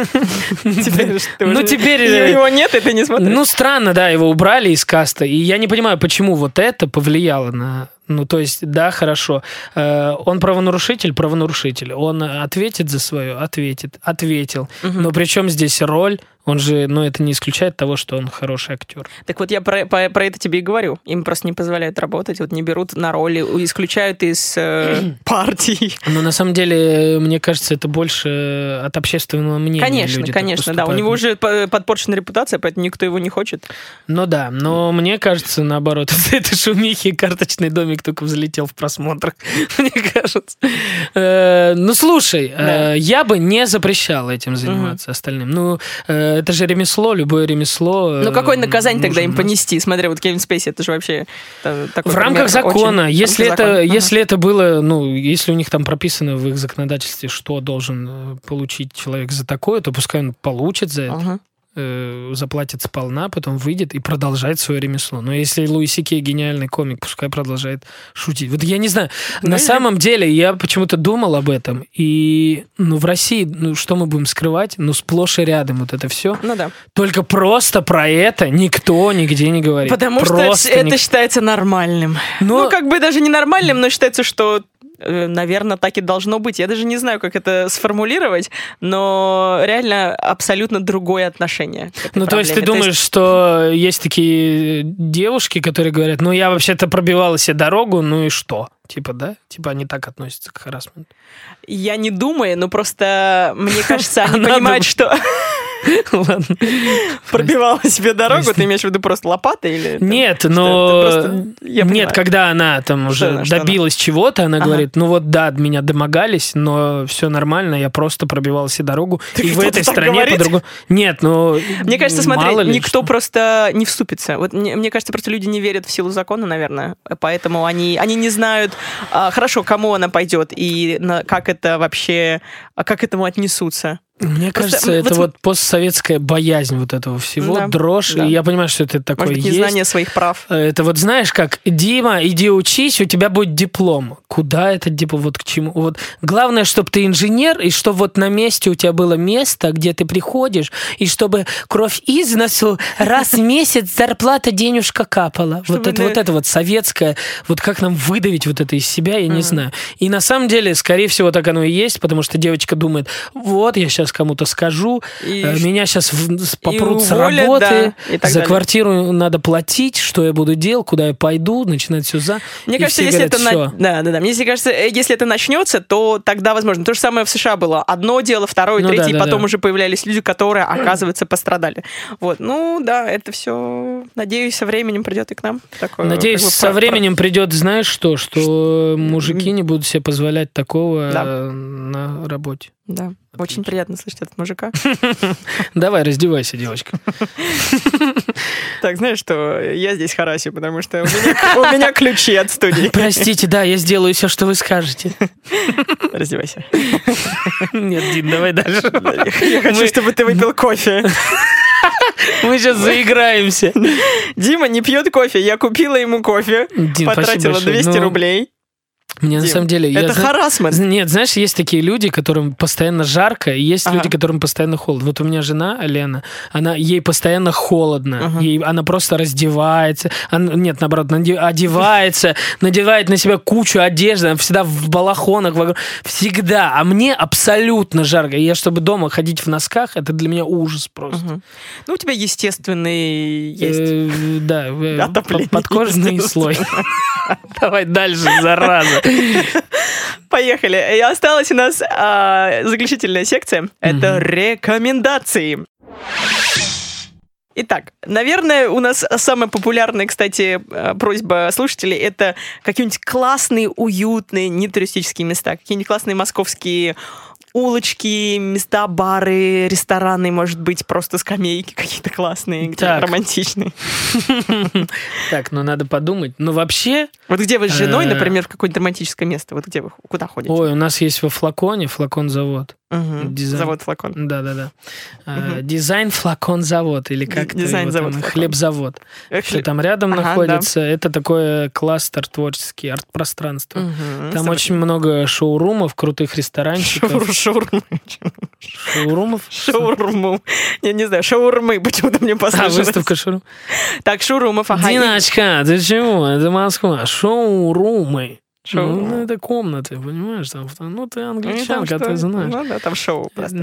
Ну, теперь его нет, и ты не смотришь. Ну, странно, да, его убрали из каста. И я не понимаю, почему вот это повлияло на... Ну, то есть, да, хорошо. Он правонарушитель, правонарушитель. Он ответит за свое, ответит, ответил. Но при чем здесь роль? Он же, ну, это не исключает того, что он хороший актер. Так вот, я про, про, про это тебе и говорю. Им просто не позволяют работать, вот не берут на роли, исключают из э, партий. Но на самом деле, мне кажется, это больше от общественного мнения. Конечно, люди конечно, да. У него уже подпорчена репутация, поэтому никто его не хочет. Ну да, но мне кажется, наоборот, из-за этой шумихи карточный домик только взлетел в просмотрах, мне кажется. Ну, слушай, я бы не запрещал этим заниматься остальным. Ну, это же ремесло, любое ремесло. Ну, какое наказание тогда им понести? Смотря, вот Кевин Спейси, это же вообще такой в рамках закона. Если это, если это было, ну, если у них там прописано в их законодательстве, что должен получить человек за такое, то пускай он получит за это. Заплатит сполна, потом выйдет и продолжает свое ремесло. Но если Луи Си Кей гениальный комик, пускай продолжает шутить. Вот я не знаю, ну, на самом деле я почему-то думал об этом, и ну, в России, ну что мы будем скрывать? Ну сплошь и рядом вот это все. Ну да. Только просто про это никто нигде не говорит. Потому просто что это ник... считается нормальным. Но... Ну как бы даже не нормальным, но считается, что наверное, так и должно быть. Я даже не знаю, как это сформулировать, но реально абсолютно другое отношение к этой Ну, проблеме. То есть ты думаешь, есть... что есть такие девушки, которые говорят, ну, я вообще-то пробивала себе дорогу, ну и что? Типа, да? Типа они так относятся к харассменту? Я не думаю, но просто, мне кажется, они понимают, что... Ладно. Пробивала себе дорогу, ты имеешь в виду просто лопатой? Или, там, нет, но... Просто... Нет, когда она там уже она, добилась она? чего-то, она ага. говорит, ну вот да, меня домогались, но все нормально, я просто пробивала себе дорогу. Так и в этой стране по-другому... Нет, ну... Мне кажется, смотри, никто просто не вступится. Вот мне, мне кажется, просто люди не верят в силу закона, наверное, поэтому они, они не знают, а, хорошо, кому она пойдет и на, как это вообще, как к этому отнесутся. Мне Просто, кажется, это вот, вот постсоветская боязнь вот этого всего, да, дрожь. Да. И я понимаю, что это такое Может быть, есть. незнание своих прав. Это вот знаешь, как, Дима, иди учись, у тебя будет диплом. Куда этот диплом? Вот к чему? Вот. Главное, чтобы ты инженер, и чтобы вот на месте у тебя было место, где ты приходишь, и чтобы кровь из носу раз в месяц зарплата, денежка капала. Вот это, вот это вот советское, вот как нам выдавить вот это из себя, я не знаю. И на самом деле, скорее всего, так оно и есть, потому что девочка думает, вот, я сейчас сейчас кому-то скажу, И меня сейчас попрут с уволят, работы, да, за далее. Квартиру надо платить, что я буду делать, куда я пойду, начинать все за. Мне и кажется, все если говорят, это, все. на... да, да, да. Мне кажется, если это начнется, то тогда возможно. То же самое в США было. Одно дело, второе, Ну, третье, да, и да, потом да. уже появлялись люди, которые, оказывается, пострадали. Вот, ну да, это все, надеюсь, со временем придет и к нам. Такое, Надеюсь, как бы, со про- временем придет, знаешь что, что мужики не будут себе позволять такого Да. э, на работе. Да, очень приятно слышать от мужика. Давай, раздевайся, девочка. Так, знаешь что, я здесь харасю, потому что у меня, у меня ключи от студии. Простите, да, я сделаю все, что вы скажете. Раздевайся. Нет, Дин, давай дальше. Я хочу, Мы- чтобы ты выпил кофе. Мы сейчас заиграемся. Дима не пьет кофе, я купила ему кофе, Дин, потратила спасибо большое. двести Ну, рублей. Мне на Дим, самом деле... я Это зна- харассмент. Нет, знаешь, есть такие люди, которым постоянно жарко, и есть Ага. люди, которым постоянно холодно. Вот у меня жена, Лена, она, ей постоянно холодно. Ага. Ей, она просто раздевается. Она, нет, наоборот, наде- одевается, надевает на себя кучу одежды, она всегда в балахонах. вокруг- Всегда. А мне абсолютно жарко. И я, чтобы дома ходить в носках, это для меня ужас просто. Мгм. Ну, у тебя естественный есть. Э, Да, э, Отопление, под- подкожный естественно. слой. Давай дальше, зараза. Поехали. И осталась у нас а, заключительная секция. Это рекомендации. Итак, наверное, у нас самая популярная, кстати, э, просьба слушателей — это какие-нибудь классные, уютные, нетуристические места, какие-нибудь классные московские улочки, места, бары, рестораны, может быть, просто скамейки какие-то классные, где Так. романтичные. Так, ну надо подумать. Ну вообще, Вот где вы с женой, Э. например, в какое-нибудь романтическое место, вот где вы, куда ходите? ой, у нас есть во флаконе флакон-завод. Мгм. дизайн. Завод «Флакон». Да-да-да. А, Мгм. Дизайн флакон-завод или как Ди- дизайн-завод «Флакон». хлеб-завод. Что там рядом Ага, находится. Это такое кластер творческий, арт-пространство. Мгм. Там Супер. очень много шоурумов, крутых ресторанчиков. Шаур- Шаурмы. Шоурумов? Шаурму. Я не знаю, шаурмы почему-то мне А, послышалось. выставка шоурум. Так, шаурумов, ага. и- Диночка, ты чего? Это Москва. Шоурумы. Шоурумы. Ну, это комнаты, понимаешь? Там, ну, ты Ну, и там англичанка, что? ты знаешь. Ну да, там шоу просто.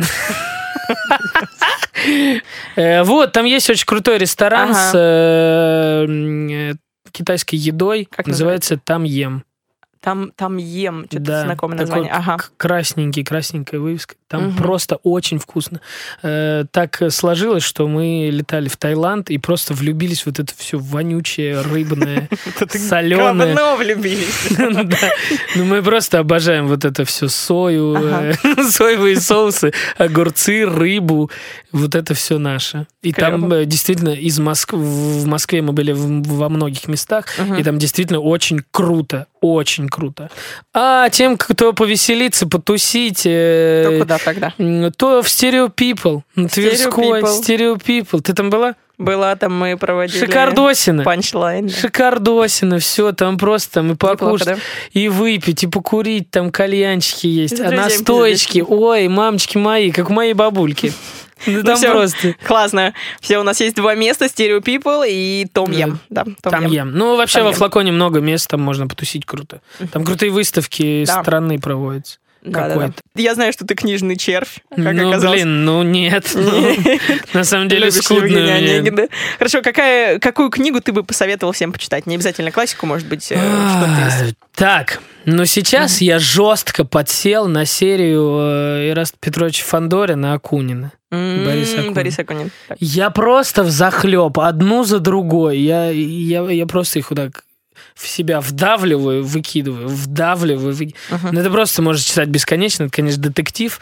Э, Вот, там есть очень крутой ресторан Ага. с э, м, э, китайской едой. Как Называется «Там ем». Там, там ем, что-то Да, знакомое такой название. Ага. к- красненький, красненькая вывеска. Там Мгм. просто очень вкусно. Э, Так сложилось, что мы летали в Таиланд и просто влюбились в вот это все вонючее, рыбное, соленое. Говно влюбились. Да. Ну, мы просто обожаем вот это все сою, Ага. э, соевые соусы, огурцы, рыбу. Вот это все наше. И там Клёво. э, действительно из Москвы, в Москве мы были в- во многих местах, Мгм. и там действительно очень круто, очень круто. А тем, кто повеселиться, потусить, э, То куда тогда? м, то в Stereo People, на Тверской, People. Stereo People. Ты там была? Была там, мы проводили... Шикардосина. Панчлайн. да. Шикардосина, все, там просто там и Неплохо, покушать, да? и выпить, и покурить, там кальянчики есть, С а друзьями настоечки, ой, мамочки мои, как у моей бабульки. Ну там всё. просто... Классно. Все, у нас есть два места, Stereo People и Том Да. Ем. Да, Том Там Ем. ем. Ну, вообще Там во ем. флаконе много мест, там можно потусить круто. Там крутые выставки Да. страны проводятся. Да, да, да. Какой-то. Я знаю, что ты книжный червь, как Ну, оказалось. блин, ну нет. ну, На самом деле Любишь скудно. Евгения мне. Онегина. Хорошо, какая, какую книгу ты бы посоветовал всем почитать? Не обязательно классику, может быть, э, что-то есть. Так, но сейчас я жестко подсел на серию э, Ираста Петровича Фандорина «Акунина». М, Борис Акунин. Борис Акунин. Так. Я просто взахлеб, одну за другой. Я, я, я просто их вот так в себя вдавливаю, выкидываю, вдавливаю. Вы... Ага. Ну, это просто можно читать бесконечно. Это, конечно, детектив.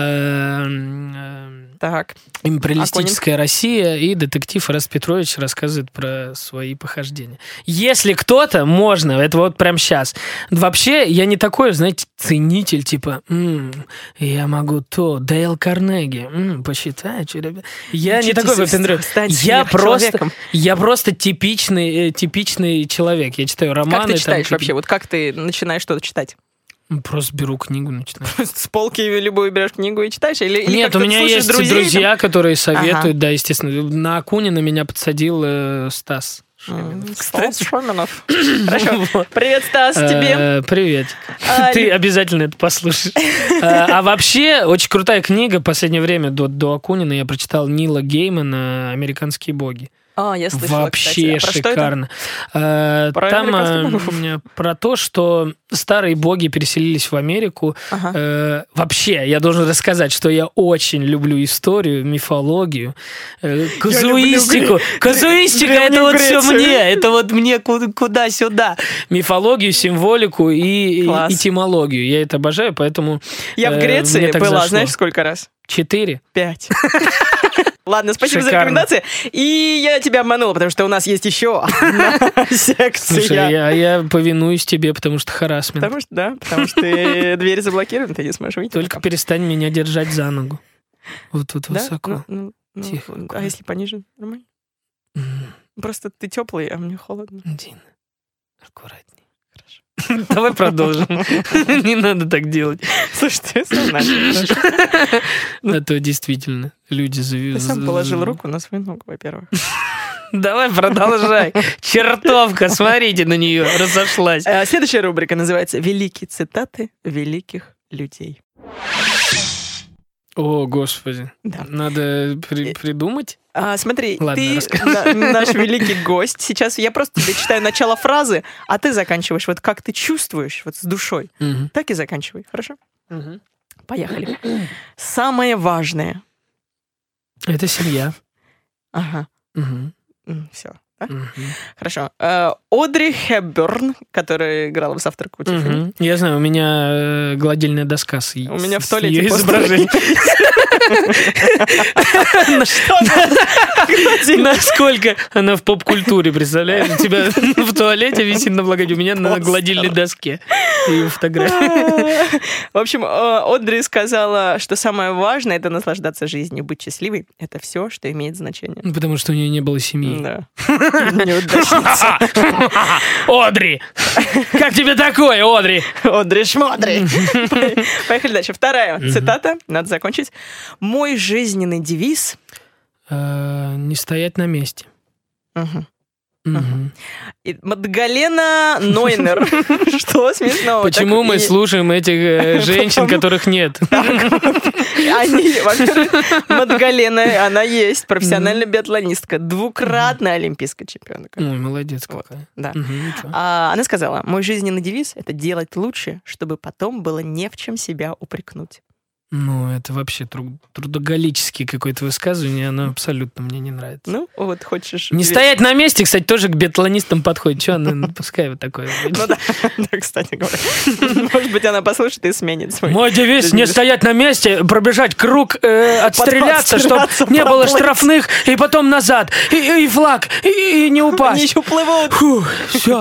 Эм, эм, Так. Империалистическая Россия, и детектив Ираст Петрович рассказывает про свои похождения. Если кто-то, можно, это вот прям сейчас. Вообще, я не такой, знаете, ценитель, типа, «М, я могу то, Дейл Карнеги, м, посчитай, что, ребят». Я не Учитесь такой и выпендрёж. стать Я просто, сверхчеловеком. я просто типичный, э, типичный человек. Я читаю романы. Как ты там, читаешь какие-то- вообще? Вот как ты начинаешь что-то читать? Просто беру книгу, начинаю. С полки любую берешь книгу и читаешь? Или, или Нет, как-то у меня слушаешь есть друзья, друзей, которые советуют, Ага. да, естественно. На Акунина меня подсадил э, Стас. Шеменов. Стас Шеменов. Хорошо. Привет, Стас, тебе. Привет. Ты обязательно это послушаешь. А вообще, очень крутая книга. В последнее время до Акунина я прочитал Нила Геймана «Американские боги». А, я слышала, Вообще кстати. А шикарно. А, про Там а, про то, что старые боги переселились в Америку. Ага. А, вообще, я должен рассказать, что я очень люблю историю, мифологию, э, казуистику. Казуистика — это вот все мне. Это вот мне куда-сюда. Мифологию, символику и Класс. этимологию. Я это обожаю, поэтому Я в Греции э, была, знаешь, сколько раз? Четыре. Пять. Ладно, спасибо Шикарно. за рекомендации. И я тебя обманула, потому что у нас есть еще одна секция. Слушай, я, я повинуюсь тебе, потому что харассмент. Потому что, да, потому что дверь заблокирована, ты не сможешь выйти. Только пока. перестань меня держать за ногу. Вот тут Да? высоко. Ну, ну, Тихо, ну, а аккуратно. если пониже? Нормально? М, Просто ты теплый, а мне холодно. Дина, аккуратней. Давай продолжим. Не надо так делать. Слушай, ты сам начал. А то действительно люди Ты завезут. сам положил руку на свою ногу, во-первых. Давай продолжай. Чертовка, смотрите на нее, разошлась. А, Следующая рубрика называется «Великие цитаты великих людей». О, господи. Да. Надо при- придумать. А, смотри, Ладно, ты расскажи. на- наш великий гость. Сейчас я просто тебе читаю начало фразы, а ты заканчиваешь вот как ты чувствуешь, вот с душой. Мгм. Так и заканчивай, хорошо? Мгм. Поехали. Самое важное. Это семья. Ага, Мгм. все. Да? Мгм. Хорошо. Э, Одри Хепберн, которая играла в «Завтрак у Тиффани». Мгм. Я знаю, у меня э, гладильная доска с, У меня в с туалете её просто- изображением. Насколько она в поп-культуре, представляешь? У тебя в туалете висит на благодати, у меня на гладильной доске ее фотография. В общем, э, Одри сказала, что самое важное — это наслаждаться жизнью, быть счастливой. Это все, что имеет значение. Потому что у нее не было семьи. Да. Неудачница. Одри! Как тебе такое, Одри? Одри Шмодри. Поехали дальше. Вторая цитата. Надо закончить. Мой жизненный девиз. Э, Не стоять на месте. Мгм. Мгм. И Мадгалена Нойнер. Что смешного? Почему Так мы и- слушаем этих э, женщин, Потому- которых нет? Они, во-первых, Мадгалена, она есть, профессиональная биатлонистка, двукратная олимпийская чемпионка. Ой, молодец Вот, какая. да. Мгм, ничего. А, она сказала, мой жизненный девиз — это делать лучше, чтобы потом было не в чем себя упрекнуть. Ну, это вообще тру- трудоголическое какое-то высказывание, оно абсолютно мне не нравится. Ну, вот хочешь... Не ве- стоять на месте, кстати, тоже к биатлонистам подходит. Че она, ну, пускай вот такое. Ну да, да, кстати говоря. Может быть, она послушает и сменит свой... Мой девиз — не стоять на месте, пробежать круг, э, отстреляться, чтобы отстреляться, не было проплыть. штрафных, и потом назад, и, и флаг, и, и не Они упасть. еще плывут. Фух, все.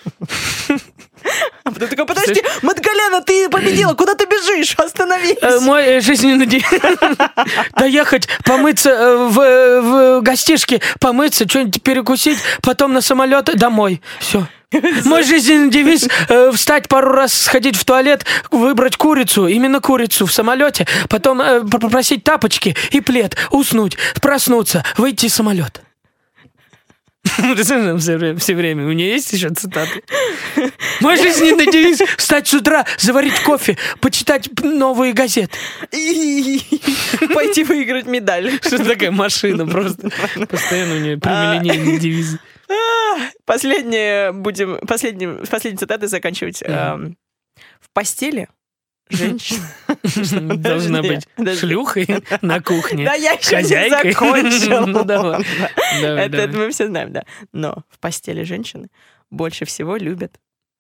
А потом такой, подожди, Мадгалена, ты победила, куда ты бежишь? Остановись. Мой э, жизненный девиз — доехать, помыться э, в, э, в гостишке, помыться, что-нибудь перекусить, потом на самолет домой. Все. Мой жизненный девиз э, — встать пару раз, сходить в туалет, выбрать курицу, именно курицу в самолете, потом э, попросить тапочки и плед, уснуть, проснуться, выйти из самолета. Все время, все время. У меня есть еще цитаты. Мой жизненный девиз — встать с утра, заварить кофе, почитать новые газеты. И пойти выиграть медаль. Что такая машина просто? Постоянно у нее прямолинейные девизы. Последнее будем... Последним, последней цитатой заканчивать. Эм, В постели женщина... Должна Подожди, быть подожди. шлюхой на кухне. Да я еще не Хозяйкой. закончила. Ну, давай. Да. Давай, Это, давай. это мы все знаем, да. Но в постели женщины больше всего любят.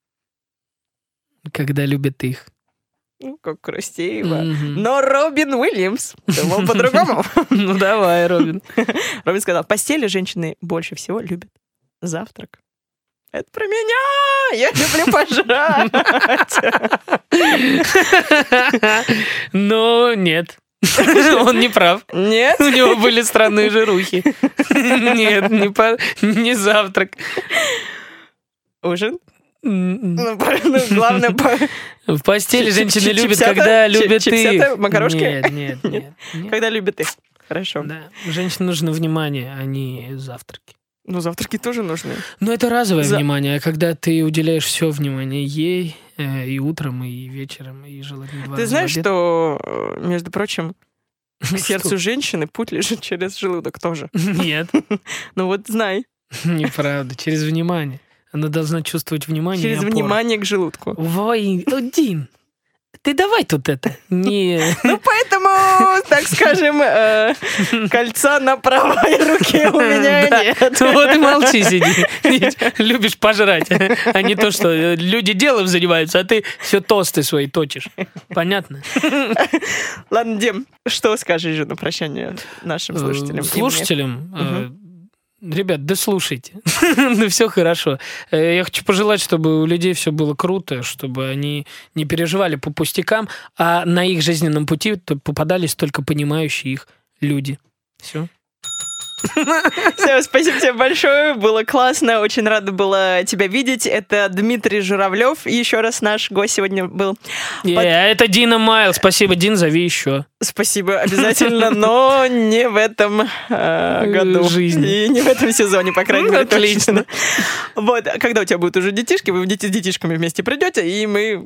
Когда любят их. Ну, как красиво. Мгм. Но Робин Уильямс думал по-другому. Ну давай, Робин. Робин сказал, в постели женщины больше всего любят завтрак. Это про меня! Я люблю пожрать! Но нет. Он не прав. Нет? У него были странные жирухи. Нет, не, по... не завтрак. Ужин? М-м. Ну, по- ну, главное, по- В постели Чип- женщины чип- любят, чипсята? когда Чип- любят чипсята, их. макарошки? Нет, нет, нет. нет. когда любят их. Хорошо. Да. Женщине нужно внимание, а не завтраки. Ну, завтраки тоже нужны. Ну, это разовое За- внимание, когда ты уделяешь все внимание ей э, и утром, и вечером, и желательно два Ты раза знаешь, в обед. что, э, между прочим, к Что? сердцу женщины путь лежит через желудок тоже. Нет, Ну вот знай, неправда, через внимание. Она должна чувствовать внимание через и опору. внимание к желудку. Ой, Дин, ты давай тут это. Не... Ну, поэтому, так скажем, э, кольца на правой руке у меня Да. нет. Ну вот и молчи, сиди. Любишь пожрать, а не то, что люди делом занимаются, а ты все тосты свои точишь. Понятно? Ладно, Дим, что скажешь же на прощание нашим слушателям? и мне? Слушателям, э, ребят, да слушайте. Ну все хорошо. Э, Я хочу пожелать, чтобы у людей все было круто, чтобы они не переживали по пустякам, а на их жизненном пути то попадались только понимающие их люди. Все. Все, спасибо тебе большое, было классно, очень рада была тебя видеть. Это Дмитрий Журавлев, еще раз наш гость сегодня был. Под- Это Дина Майл. Спасибо, Дин, зови еще. Спасибо, обязательно, но не в этом э, году. Жизни. И не в этом сезоне, по крайней Ну, мере. отлично. точно. Вот, а когда у тебя будут уже детишки, вы дети с детишками вместе придете, и мы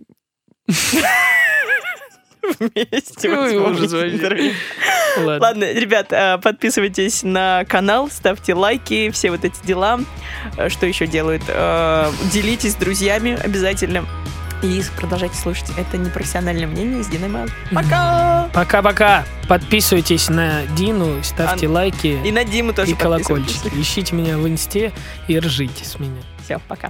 вместе Ой, возьмем ужас вообще. интервью. Ладно. Ладно, ребят, э, подписывайтесь на канал, ставьте лайки, все вот эти дела. Э, Что еще делают? Э, Делитесь с друзьями обязательно. И продолжайте слушать. Это непрофессиональное мнение с Диной Майл. Пока! Пока-пока. Подписывайтесь на Дину, ставьте А- лайки И на Диму тоже и колокольчики. подписывайтесь. Ищите меня в инсте и ржите с меня. Все, пока.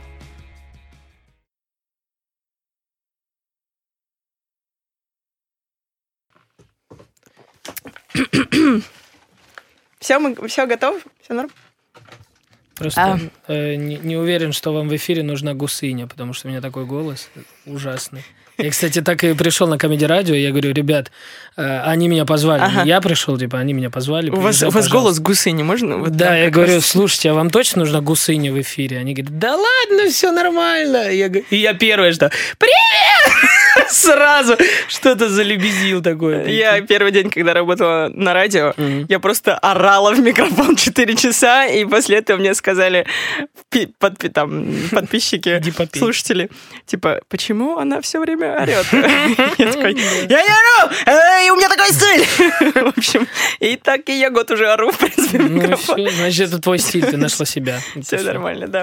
Все, мы все готовы? Все норм? Просто А. э, не, не уверен, что вам в эфире нужна гусыня, потому что у меня такой голос ужасный. Я, кстати, так и пришел на Comedy Radio, я говорю, ребят, э, они меня позвали. Ага. Не я пришел, типа, они меня позвали. У вас, приезжай, у вас пожалуйста. голос гусыни, можно? Вот Да, прям я как говорю, раз? слушайте, а вам точно нужна гусыня в эфире? Они говорят, да ладно, все нормально. Я говорю- и я первое, что привет! Сразу что-то залебезил такое. Я первый день, когда работала на радио, Мгм. я просто орала в микрофон четыре часа, и после этого мне сказали пи- подпи- там, подписчики, Иди попей. слушатели, типа, почему она все время орет? Я такой, я не ору! Эй, у меня такой стиль! В общем, и так и я год уже ору, в принципе, в Ну, микрофон. все, значит, это твой стиль, ты нашла себя. Это Все всё. нормально, да.